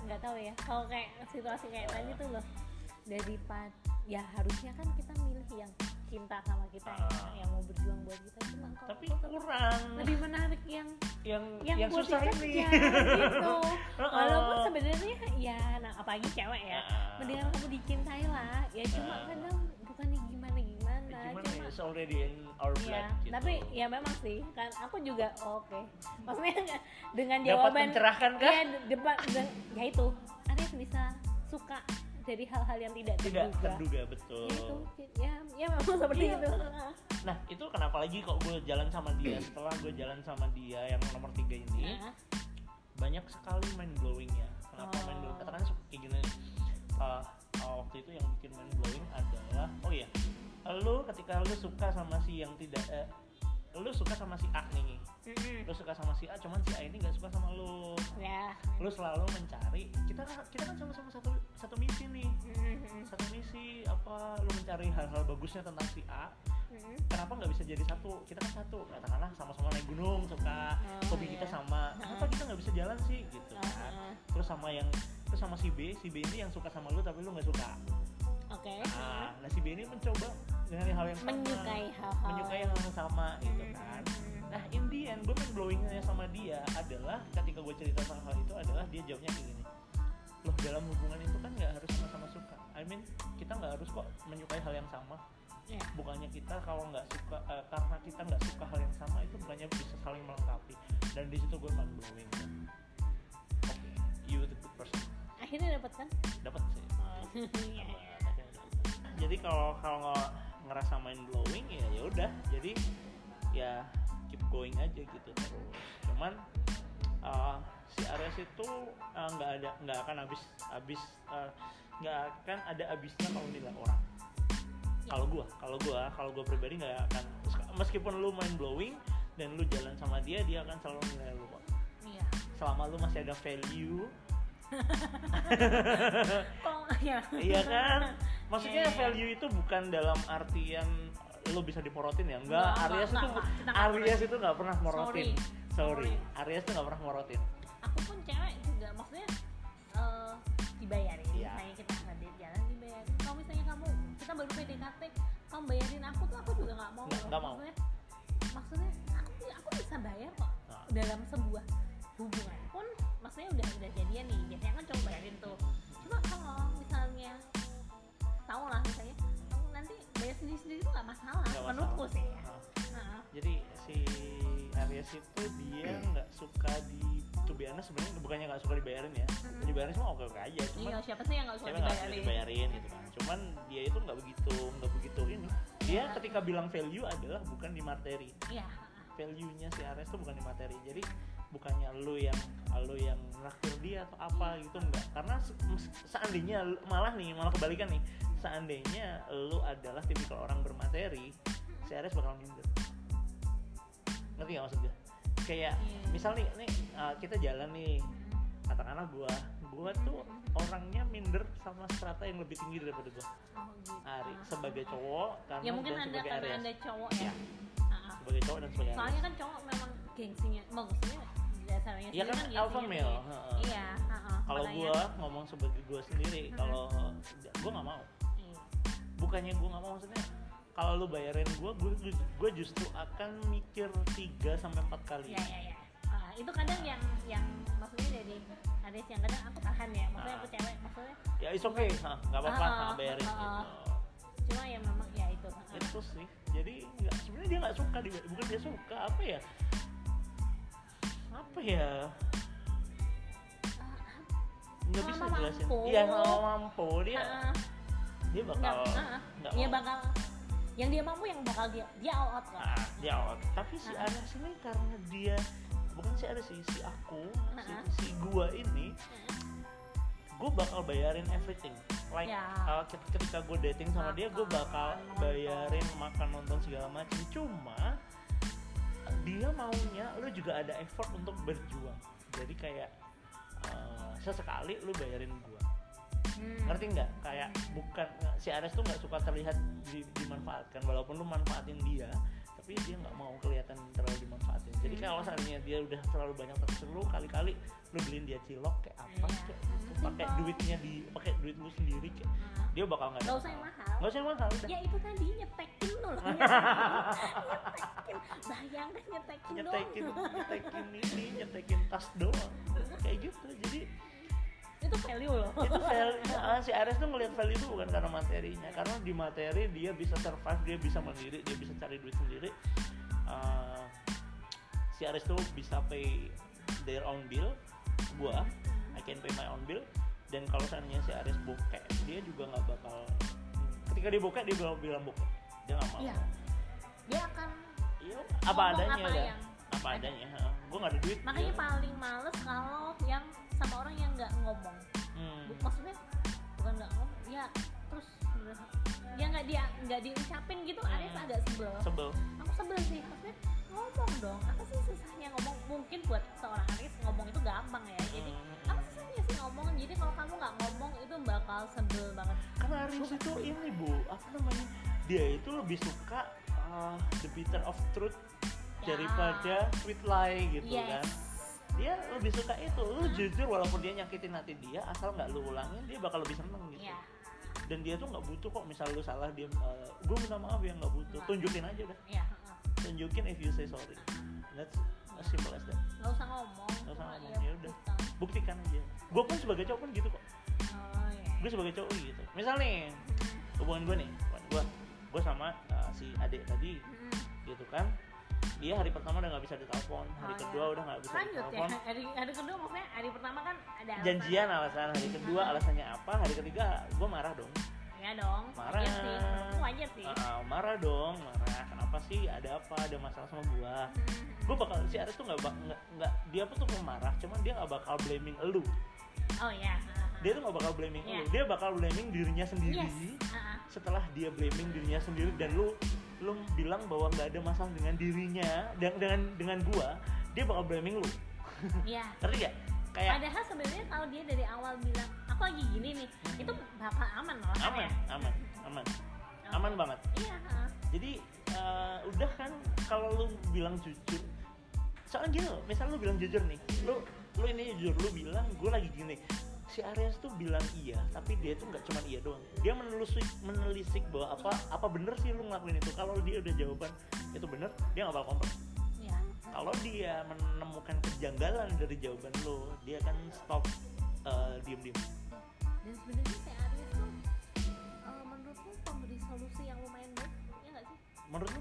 nggak tahu ya kalau kayak situasi kayak tadi tuh loh, daripada ya harusnya kan kita milih yang cinta sama kita yang mau berjuang buat kita, cuma kalau tapi kurang lebih menarik yang buat susah kita ini gitu. Walaupun sebenarnya ya apalagi cewek ya, mendingan kamu dicintai lah ya, cuma kadang bukannya gimana cuma it's already in our blood gitu. Tapi ya memang sih kan aku juga oke. Maksudnya dengan dapat jawaban mencerahkan kah? Ya itu Aries bisa suka dari hal-hal yang tidak terduga betul. Ya memang seperti itu. Nah itu kenapa lagi kok gue jalan sama dia, setelah gue jalan sama dia yang nomor 3 ini banyak sekali mind blowingnya. Kenapa mind blowing? Katakan kayak gini nih, waktu itu yang bikin mind blowing adalah lu ketika lu suka sama si yang tidak lu suka sama si A nih, lu suka sama si A, cuman si A ini nggak suka sama lu. Lu selalu mencari, kita kan sama-sama satu misi nih, satu misi apa? Lu mencari hal-hal bagusnya tentang si A. Kenapa nggak bisa jadi satu? Kita kan satu, katakanlah sama-sama naik gunung, suka hobi kita sama. Kenapa kita nggak bisa jalan sih, gitu kan? Terus sama si B ini yang suka sama lu tapi lu nggak suka. Nah si B ini mencoba dengan hal yang sama, menyukai hal yang sama gitu kan. Nah in the end gue mind blowingnya sama dia adalah ketika gue cerita soal hal itu adalah dia jawabnya kayak gini, loh dalam hubungan itu kan nggak harus sama-sama suka. Kita nggak harus kok menyukai hal yang sama. Bukannya kita kalau nggak suka karena kita nggak suka hal yang sama itu bukannya bisa saling melengkapi. Dan di situ gue mind blowing. Okay, you the good person. Akhirnya dapat kan? Dapat sih. Jadi kalau ngerasa mind blowing ya udah, jadi ya keep going aja gitu terus. Cuman si Aries itu nggak akan ada habisnya kalau nilai orang. Kalau gua pribadi nggak akan, meskipun lu mind blowing dan lu jalan sama dia akan selalu nilai lu kok. Selama lu masih ada value. Iya kan? Maksudnya value itu bukan dalam artian lo bisa diporotin ya, enggak. Aries itu nggak pernah morotin. Sorry. Aries itu nggak pernah morotin. Aku pun cewek juga, maksudnya dibayarin. Misalnya kita ngedate jalan dibayarin. Kalau misalnya kita baru PDKT, kamu bayarin aku tuh aku juga nggak mau. Nggak mau. Maksudnya aku bisa bayar kok dalam sebuah hubungan pun, maksudnya udah jadian nih, biasanya kan cowok bayarin tuh. Cuma kalau misalnya tahu lah misalnya kamu nanti bayar sendiri itu nggak masalah menurutku sih ya. Jadi si Aries itu dia nggak suka to be honest, sebenarnya bukannya nggak suka dibayarin ya, dibayarin semua oke aja, cuman siapa sih yang nggak suka dibayarin gitu kan. Cuman dia itu nggak begitu ini, dia ketika bilang value adalah bukan di materi. Value-nya si Aries itu bukan di materi, jadi bukannya lu yang naktir dia atau apa gitu, enggak. Karena seandainya malah kebalikan nih, seandainya lu adalah tipikal orang bermateri, si Aries bakal minder. Ngerti gak maksud gue? Kayak misal nih kita jalan nih, katakanlah gua tuh orangnya minder sama strata yang lebih tinggi daripada gua. Ari sebagai cowok ya mungkin karena ada cowok ya. Sebagai cowok dan sebagai Aries. Soalnya kan cowok memang gengsinya, maksudnya dasarnya iya kan alpha male. Iya. Kalau gue ngomong sebagai gue sendiri, kalau gue nggak mau. Bukannya gue nggak mau, maksudnya kalau lu bayarin gue justru akan mikir 3-4 kali. Iya. Itu kadang yang maksudnya dari Aries yang kadang aku tahan ya, maksudnya aku cewek, maksudnya. Ya it's okay, nggak apa-apa bayarin. Gitu. Cuma ya memang ya itu. Itu sih. Jadi sebenarnya dia nggak suka, bukan dia suka apa ya? Nggak bisa jelasin. Iya, kalau mampu dia bakal yang dia mampu yang bakal dia all out kok. Dia all out. Tapi si Aries ini karena dia bukan si Aries sih, si aku, si gua ini, gua bakal bayarin everything. Like ketika gua dating sama dia, gua bakal bayarin makan, nonton segala macam. Cuma dia maunya lu juga ada effort untuk berjuang. Jadi kayak sesekali lu bayarin gua. Ngerti nggak? Kayak bukan si Aries tuh nggak suka terlihat dimanfaatkan, walaupun lu manfaatin dia, tapi dia nggak mau kelihatan terlalu dimanfaatin. Jadi kalau seandainya dia udah terlalu banyak terus lu kali-kali lu beliin dia cilok kayak apa kayak gitu, pakai duit lu sendiri kayak dia bakal nggak usah yang mahal udah. Ya itu tadi nyetekin lo loh nyetekin, bayangkan nyetekin tas doang kayak gitu. Jadi itu value loh. Itu value. Si Aries tuh ngelihat value itu bukan karena materinya, karena di materi dia bisa survive, dia bisa mandiri, dia bisa cari duit sendiri. Si Aries tuh bisa pay their own bill, I can pay my own bill. Dan kalau seandainya si Aries bokeh, dia juga nggak bakal, ketika dia bokeh dia bilang bokeh, dia nggak mau. Iya. Dia akan apa adanya apa adanya. Gue nggak ada duit. Makanya paling males kalau yang sama orang yang nggak ngomong. Maksudnya bukan nggak ngomong, ya terus ya nggak diucapin gitu. Aries agak sebel. Aku sebel sih, maksudnya ngomong dong. Apa sih susahnya ngomong? Mungkin buat seorang Aries ngomong itu gampang ya. Jadi apa susahnya sih ngomong? Jadi kalau kamu nggak ngomong itu bakal sebel banget. Karena Aries itu ini Bu, apa namanya? Dia itu lebih suka the bitter of truth daripada sweet lie gitu kan. Dia lebih suka itu, lu jujur walaupun dia nyakitin hati dia, asal nggak lu ulangin, dia bakal lebih seneng gitu. Dan dia tuh nggak butuh kok, misal lu salah dia, gue minta maaf ya, nggak butuh, tunjukin aja udah. Tunjukin if you say sorry, that's as simple as that. Nggak usah ngomong, ya udah, buktikan aja. Gue pun sebagai cowok pun gitu kok. Gue sebagai cowok gitu. Misal nih, hubungan gue sama si adik tadi, gitu kan. Dia hari pertama udah nggak bisa ditelepon, hari kedua udah nggak bisa ditelepon. Ya? Hari kedua maksudnya hari pertama kan ada alasan. Janjian alasan, hari kedua alasannya apa, hari ketiga gue marah dong. Ya dong. Marah. Wajar sih. Marah dong, marah. Kenapa sih? Ada apa? Ada masalah sama gue? Gue bakal si Aries tuh nggak dia tuh marah, cuman dia nggak bakal blaming elu. Oh ya. Dia tuh nggak bakal blaming elu, dia bakal blaming dirinya sendiri. Setelah dia blaming dirinya sendiri dan lu bilang bahwa nggak ada masalah dengan dirinya dengan gua, dia bakal blaming lu. Iya. Ngerti gak? Kayak padahal sebenarnya kalau dia dari awal bilang aku lagi gini nih, itu bakal aman loh. Aman banget. Iya. Jadi udah kan kalau lu bilang jujur, soalnya gini loh, misal lu bilang jujur nih, lu ini jujur, lu bilang gue lagi gini. Si Aries tuh bilang iya, tapi dia tuh nggak cuma iya doang. Dia menelisik bahwa apa bener sih lu ngelakuin itu. Kalau dia udah jawaban itu bener, dia nggak bakal kompromi. Iya. Kalau dia menemukan kejanggalan dari jawaban lu, dia akan stop diem. Dan sebenarnya si Aries tuh menurutku pemberi solusi yang lumayan baik, ya nggak sih? Menurutku,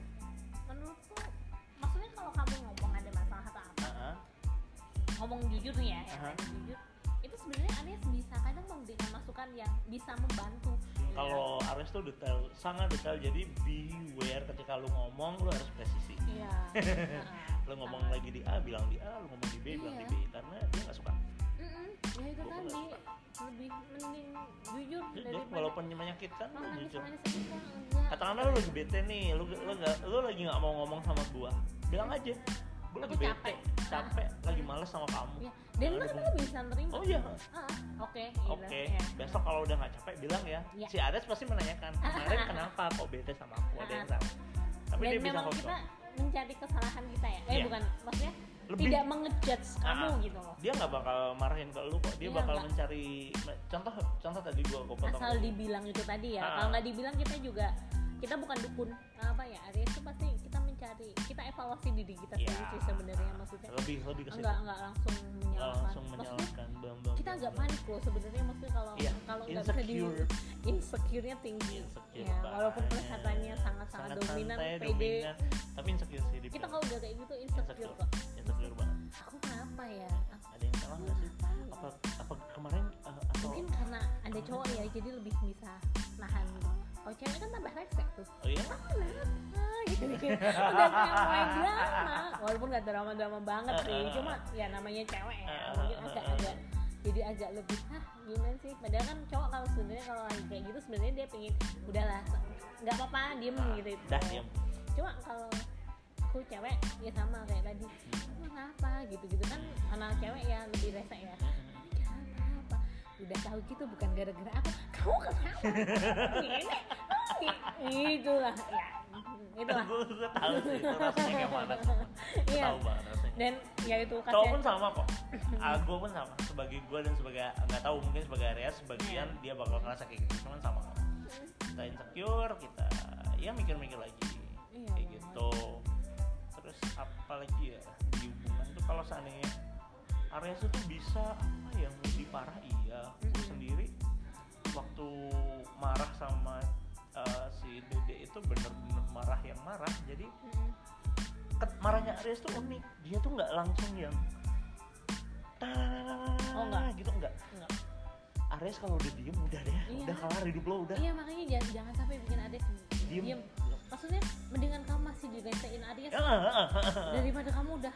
maksudnya kalau kamu ngomong ada masalah atau apa, ngomong jujur nih ya, jujur. Itu sebenarnya Aries bisa kadang memberikan masukan yang bisa membantu. Kalau Aries tuh sangat detail. Jadi beware ketika lu ngomong, lu harus presisi. Iya. Lu ngomong lagi di A, bilang di A, lu ngomong di B, bilang di B, karena dia nggak suka. Ya itu tadi lebih mending jujur daripada walaupun menyakitkan, jujur. Katakanlah lu lagi bete nih, lu lagi nggak mau ngomong sama gua, bilang aja. Gue lagi bete, capek, lagi males sama kamu. Dan lu bisa nerima. Oh iya. Oke. Besok kalau udah nggak capek bilang ya. Si Aries pasti menanyakan kemarin kenapa kok bete sama aku, ada yang salah. Tapi dan dia bisa memang kita mencari kesalahan kita ya. Bukan, maksudnya lebih, tidak mengejudge kamu gitu loh. Dia nggak bakal marahin ke lu kok. Dia bakal mencari contoh tadi gua potong. Asal dibilang itu tadi ya. Kalau nggak dibilang kita bukan dukun. Apa ya? Aries itu pasti kita evaluasi diri kita sendiri sih sebenarnya, maksudnya. Lebih ke situ. Enggak langsung menyalahkan. Kita agak panik loh sebenarnya, maksudnya kalau nggak bisa insecure-nya tinggi. Walaupun kelihatannya sangat dominan, pede. Tapi insecure sih. Kita kalau udah kayak gitu insecure kok. Insecure banget. Aku kenapa ya? Ada yang salah nggak sih? Apa kemarin mungkin karena ada cowok ya, jadi lebih bisa nahan. Kalau cewek kan tambah rese tuh. Oh iya? Gitu. Udah kayak mulai drama. Walaupun gak drama-drama banget sih. Cuma ya namanya cewek ya. Mungkin agak jadi agak lebih gimana sih. Padahal kan cowok kalau sebenarnya kalau lagi kayak gitu sebenarnya dia pengen udahlah nggak apa-apa diem gitu. Diem. Cuma kalau aku cewek ya sama kayak tadi. Kenapa gitu kan anak cewek ya lebih rese ya. Udah tahu gitu bukan gara-gara aku, kamu kenapa itulah ya itulah. Gue tahu sih itu rasanya kayak mana. Tahu banget rasanya. Dan ya itu cowok pun sama kok. Gue pun sama, sebagai gue dan sebagai nggak tahu mungkin sebagai Aries sebagian dia bakal ngerasa kayak gitu, cuman sama kok. Kita insecure, kita ya mikir-mikir lagi kayak gitu. Terus apa lagi ya di hubungan tuh kalau seandainya Aries itu bisa apa yang lebih parah, iya gue sendiri waktu marah sama si Dede itu bener-bener marah yang marah. Jadi marahnya Aries tuh unik, dia tuh nggak langsung yang gitu, enggak. Aries kalau udah diem udah deh, udah kelar hidup lo udah. Iya, makanya jangan sampai bikin Aries diem. Maksudnya mendingan kamu masih diresein Aries daripada kamu udah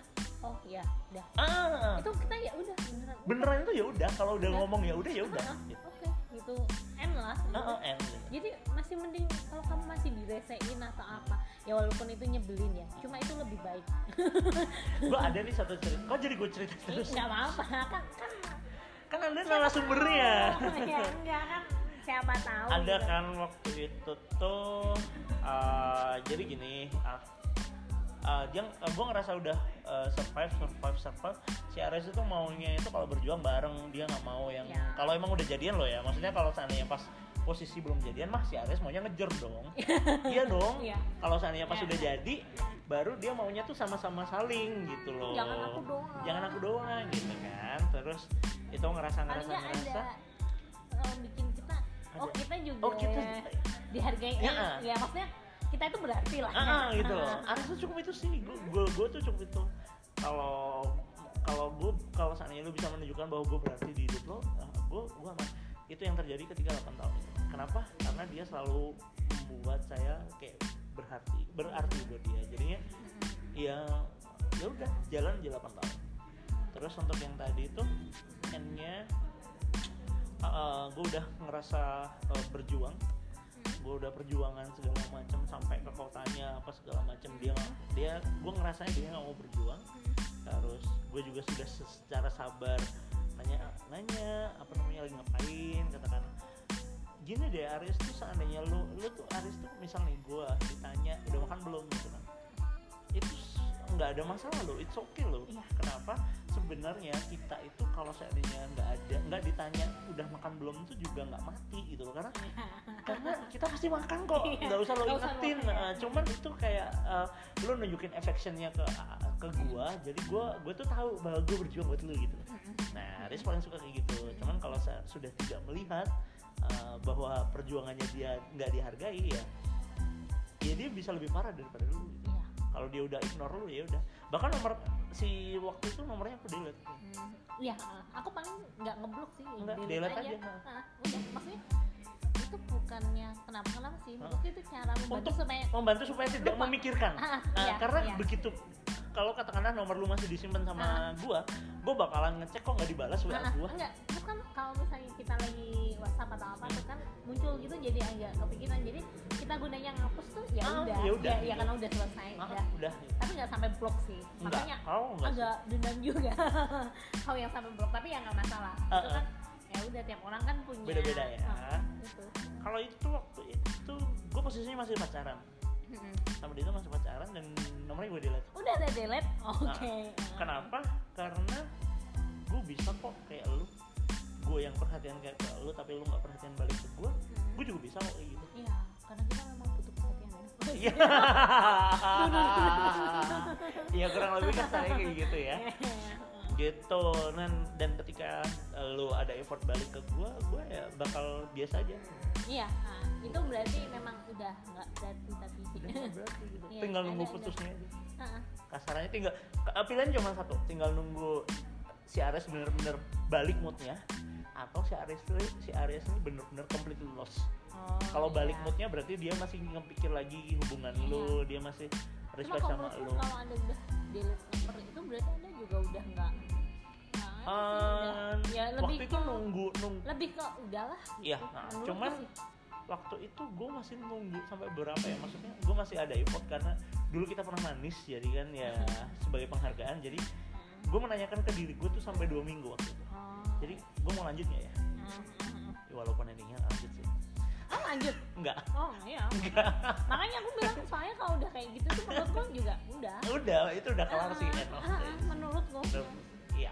itu kita ya udah beneran itu ya udah, kalau udah ngomong ya udah oke, gitu end lah end. Jadi masih mending kalau kamu masih diresein atau apa ya, walaupun itu nyebelin ya, cuma itu lebih baik. Gue ada nih satu cerita, kok jadi gue cerita terus? Nggak apa-apa, kan ada narasumbernya. Ya enggak kan, siapa tahu ada gitu. Kan waktu itu tuh jadi gini, gue ngerasa udah survive. Si Aries itu maunya itu kalau berjuang bareng, dia nggak mau yang kalau emang udah jadian loh ya, maksudnya kalau seandainya pas posisi belum jadian mah si Aries maunya ngejer dong. Iya dong. Kalau seandainya pas udah jadi baru dia maunya tuh sama-sama saling gitu loh. Jangan aku doang gitu kan. Terus itu ngerasa ada bikin kita kita juga dihargai ya maksudnya kita itu berarti lah gitu loh. Aries tuh cukup itu sih, gue tuh cukup itu. Kalau seandainya lu bisa menunjukkan bahwa gue berarti di hidup lo, gue aman. Itu yang terjadi ketika 8 tahun itu. Kenapa? Karena dia selalu membuat saya kayak berarti buat dia. Jadinya ya udah jalan aja 8 tahun. Terus untuk yang tadi itu endnya gue udah ngerasa berjuang. Gue udah perjuangan segala macam sampai ke kotanya apa segala macam, gue ngerasanya dia nggak mau berjuang. Terus gue juga sudah secara sabar nanya apa namanya lagi ngapain, katakan gini deh Aries tuh seandainya lu tuh Aries tuh misalnya gue ditanya udah makan belum gitu kan, itu nggak ada masalah loh, it's okay loh. Kenapa? Sebenarnya kita itu kalau seandainya nggak ditanya udah makan belum itu juga nggak mati gitu loh, karena kita pasti makan kok, nggak usah lo ingetin. Cuman itu kayak lo nunjukin affectionnya ke gua, jadi gua tuh tahu bahwa gua berjuang buat lo gitu. Nah Aries paling suka kayak gitu. Cuman kalau sudah tidak melihat bahwa perjuangannya dia nggak dihargai ya dia bisa lebih parah daripada lu gitu. Kalau dia udah ignore lu ya udah. Bahkan si waktu itu nomornya aku delete. Iya, aku paling nggak ngeblok sih, delete aja. Udah, maksudnya itu bukannya kenapa sih? Menurut itu cara membantu supaya tidak memikirkan. Karena begitu kalau katakanlah nomor lu masih disimpan sama gua bakalan ngecek kok nggak dibalas WA gua. Enggak, itu kan kalau misalnya kita lagi WhatsApp atau apa tuh kan muncul gitu, jadi agak kepikiran. Jadi kita gunanya ngapus tuh ya karena udah selesai. Udah. Tapi nggak sampai blok sih. Makanya agak dendam juga. Kalau yang sampai blok, tapi ya nggak masalah. Itu kan ya udah, tiap orang kan punya beda-beda ya. Kalau itu waktu itu gue posisinya masih pacaran. Sama dia masih pacaran dan nomornya gue delete. Udah ada delete? Oke. Kenapa? Karena gue bisa kok kayak lu, gue yang perhatian kayak ke lu tapi lu nggak perhatian balik ke gue juga bisa kok kayak gitu. Iya, karena kita memang butuh perhatian. Iya. Iya kurang lebih kasarnya kayak gitu ya. Gitu. Dan ketika lu ada effort balik ke gue ya bakal biasa aja. Iya, itu berarti memang udah nggak berarti tapi berarti gitu. Tinggal nunggu putusnya aja. Kasarannya tinggal pilihan cuma satu, tinggal nunggu si Aries bener-bener balik moodnya atau si Aries ini bener-bener completely lost. Kalau balik moodnya berarti dia masih ngepikir lagi hubungan lu, dia masih respect sama lu. Kalau Anda udah delete nomor itu berarti Anda juga udah nggak ya, waktu itu nunggu lebih ke udahlah gitu. Iya, cuman waktu itu gue masih nunggu sampai berapa ya, maksudnya gue masih ada effort karena dulu kita pernah manis, jadi kan ya sebagai penghargaan, jadi gue menanyakan ke diri gue tuh sampai 2 minggu waktu itu. Jadi gue mau lanjut nggak ya? Walaupun endingnya lanjut sih. Lanjut? Enggak. Iya. Enggak. Makanya aku bilang soalnya kalau udah kayak gitu tuh menurut gue juga udah. Itu udah kelar sih. bener-bener iya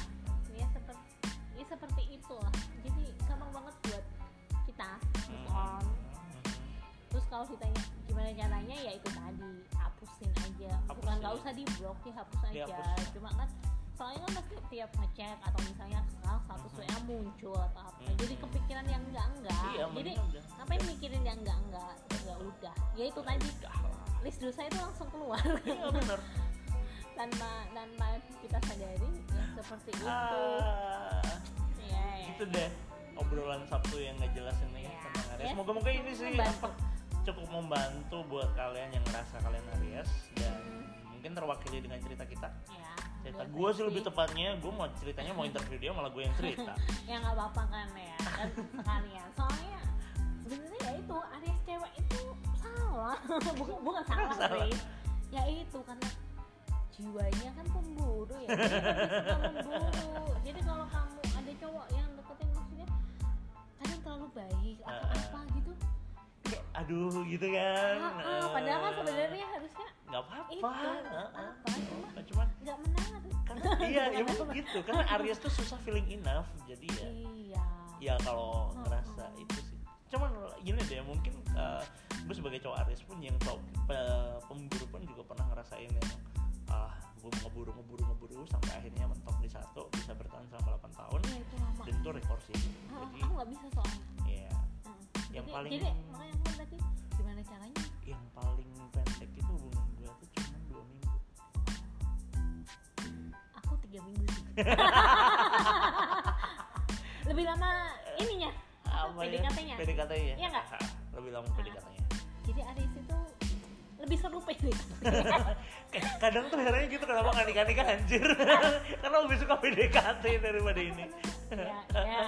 seperti itulah. Jadi gampang banget buat kita move on. Terus kalau ditanya gimana caranya, ya itu tadi, hapusin aja. Bukan nggak usah di blok ya, hapus aja. Cuma kan soalnya kan pasti tiap ngecek atau misalnya sekarang status WA muncul atau apa, jadi kepikiran yang enggak. Jadi ngapain mikirin yang enggak, ya udah. Ya itu tadi, list dosa itu langsung keluar. Iya benar. tanpa kita sadari ya seperti itu. Ya. Itu deh obrolan Sabtu yang nggak jelas ini tentang Aries. Moga-moga ini sih cukup membantu buat kalian yang ngerasa kalian Aries dan mungkin terwakili dengan cerita kita. Ya, cerita gue sih lebih tepatnya, gue mau ceritanya mau interview dia, malah gue yang cerita. Ya nggak apa-apa kan ya, kan sekalian. Soalnya sebenarnya ya itu Aries cewek itu salah, bukan salah sih. Ya itu karena jiwanya kan pemburu ya, dia suka memburu. Jadi kalau kamu ada cowok yang deketin, maksudnya kadang terlalu baik atau apa gitu, kayak aduh gitu kan. Padahal kan sebenarnya harusnya nggak apa-apa. Cuma nggak menarik. Karena iya betul gitu. Karena Aries tuh susah feeling enough. Jadi ya. Iya. Ya kalau ngerasa itu sih. Cuman gini deh, mungkin gue sebagai cowok Aries pun yang pemburu pun juga pernah ngerasain yang gue ngeburu sampai akhirnya mentok di satu, bisa bertahan selama 8 tahun. Ya, itu lama. Dan itu rekor sih. Jadi aku nggak bisa soalnya. Iya. Jadi makanya aku tadi gimana caranya? Yang paling pendek itu hubungan gue tuh cuma 2 minggu. Aku 3 minggu sih. Lebih lama ininya. PDKT-nya. PDKT-nya. Iya nggak? Lebih lama PDKT-nya. Jadi Aries itu lebih seru PDKT. Kadang tuh herannya gitu, kenapa nggak nikah anjir. Karena lebih suka PDKT daripada ini. Ya.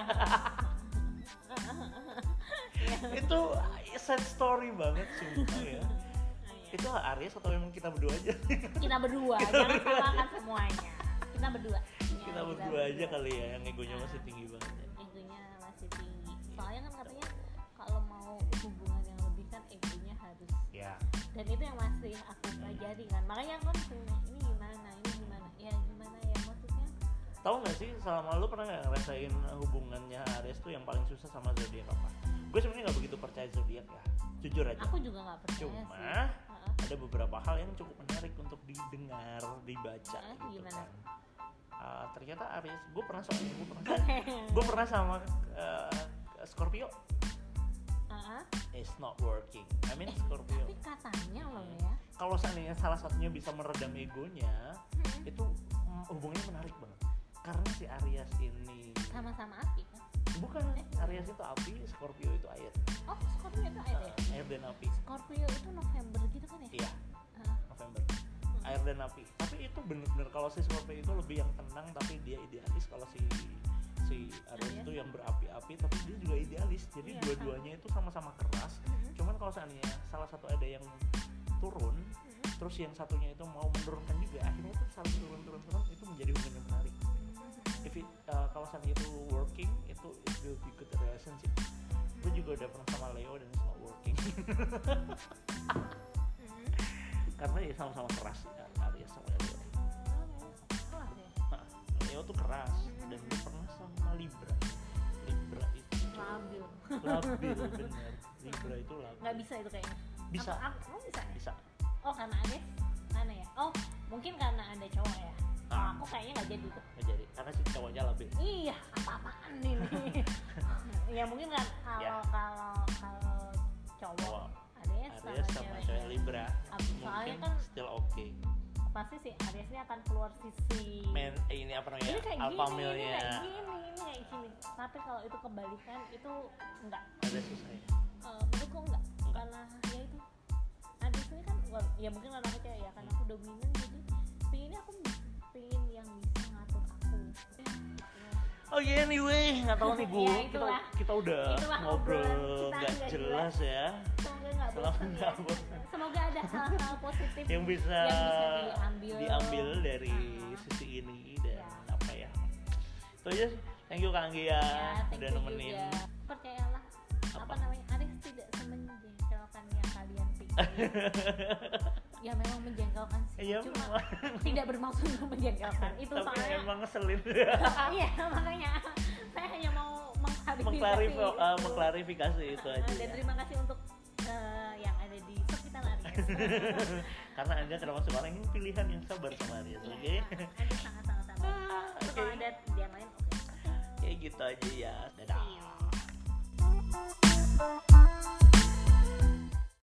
Itu sad story banget sumpah ya. Itu Aries atau memang kita berdua aja? Kita berdua, jangan salahkan semuanya. Kita berdua. Kita berdua aja kali ya, yang egonya masih tinggi banget ya. Egonya masih tinggi. Soalnya kan katanya kalau mau hubungan yang lebih kan egonya harus. Ya. Dan itu yang masih aku pelajari kan. Makanya aku ini gimana? Ya gimana ya maksudnya? Tahu nggak sih, selama lu pernah nggak ngerasain hubungannya Aries tuh yang paling susah sama zodiak apa? Gue sebenarnya nggak begitu percaya zodiak ya, jujur aja. Aku juga nggak percaya. Cuma sih. ada beberapa hal yang cukup menarik untuk didengar, dibaca gitu gimana? kan. Ternyata Aries, gue pernah sama Scorpio. It's not working. I mean Scorpio. Tapi katanya loh ya. Kalau seandainya salah satunya bisa meredam egonya, itu hubungannya menarik banget. Karena si Aries ini sama-sama api kan? Bukan, Aries itu api, Scorpio itu air. Oh, Scorpio itu air ya? Air dan api. Scorpio itu November gitu kan ya? Iya, November. Air dan api. Tapi itu bener-bener kalau si Scorpio itu lebih yang tenang, tapi dia idealis. Kalau si Aries itu yang berapi-api, tapi dia juga idealis. Jadi dua-duanya itu sama-sama keras. Cuman kalau seandainya salah satu ada yang turun, terus yang satunya itu mau menurunkan juga, akhirnya itu saling turun itu menjadi hubungan yang menarik. Kalau seandainya itu working, itu it will be good relationship. Gue juga udah pernah sama Leo dan it's not working. Karena ya sama-sama keras ya, Aries sama Leo. Leo tuh keras, dan gue pernah sama Libra itu labil bener. Libra itu labil. Nggak bisa itu kayaknya. Bisa. Kamu bisa. Oh karena Aries mana ya? Oh mungkin karena ada cowok ya. Aku kayaknya nggak jadi tuh. Nggak jadi, karena si cowoknya labil. Iya, apa-apaan ini? Ya mungkin kan kalau cowok Aries sama cewek Libra mungkin kan still okay. Pasti sih Aries ini akan keluar sisi ini apa namanya, alpha male-nya. Ini kayak gini. Tapi kalau itu kebalikan itu enggak. Ada susah ya? Menurutku enggak. Karena ya itu Aries ini kan ya mungkin karena aku cewek ya, karena aku dominan, jadi pengen yang bisa ngatur aku. Anyway, nggak tahu nih gue. Ya, kita udah ngobrol nggak jelas ya. Semoga ada hal-hal positif yang bisa diambil dari ya. sisi ini dan apa ya. Itu aja sih. Thank you Kak Anggi ya udah nemenin. Juga. Percayalah apa namanya, Aries tidak semenjengkelkan yang kalian pikir. ya memang menjengkelkan sih. Iya, Cuma tidak bermaksud untuk menjengkelkan. Itu tapi soalnya emang ngeselin. iya, makanya saya hanya mau mengklarifikasi itu aja. Dan terima kasih untuk yang ada di sekitar Aries. Karena Anda termasuk orang yang pilihan yang sabar sama Aries, oke? Anda sangat-sangat sabar. Terus kalau ada yang lain, oke. Kayak gitu aja ya. Dadah. See you.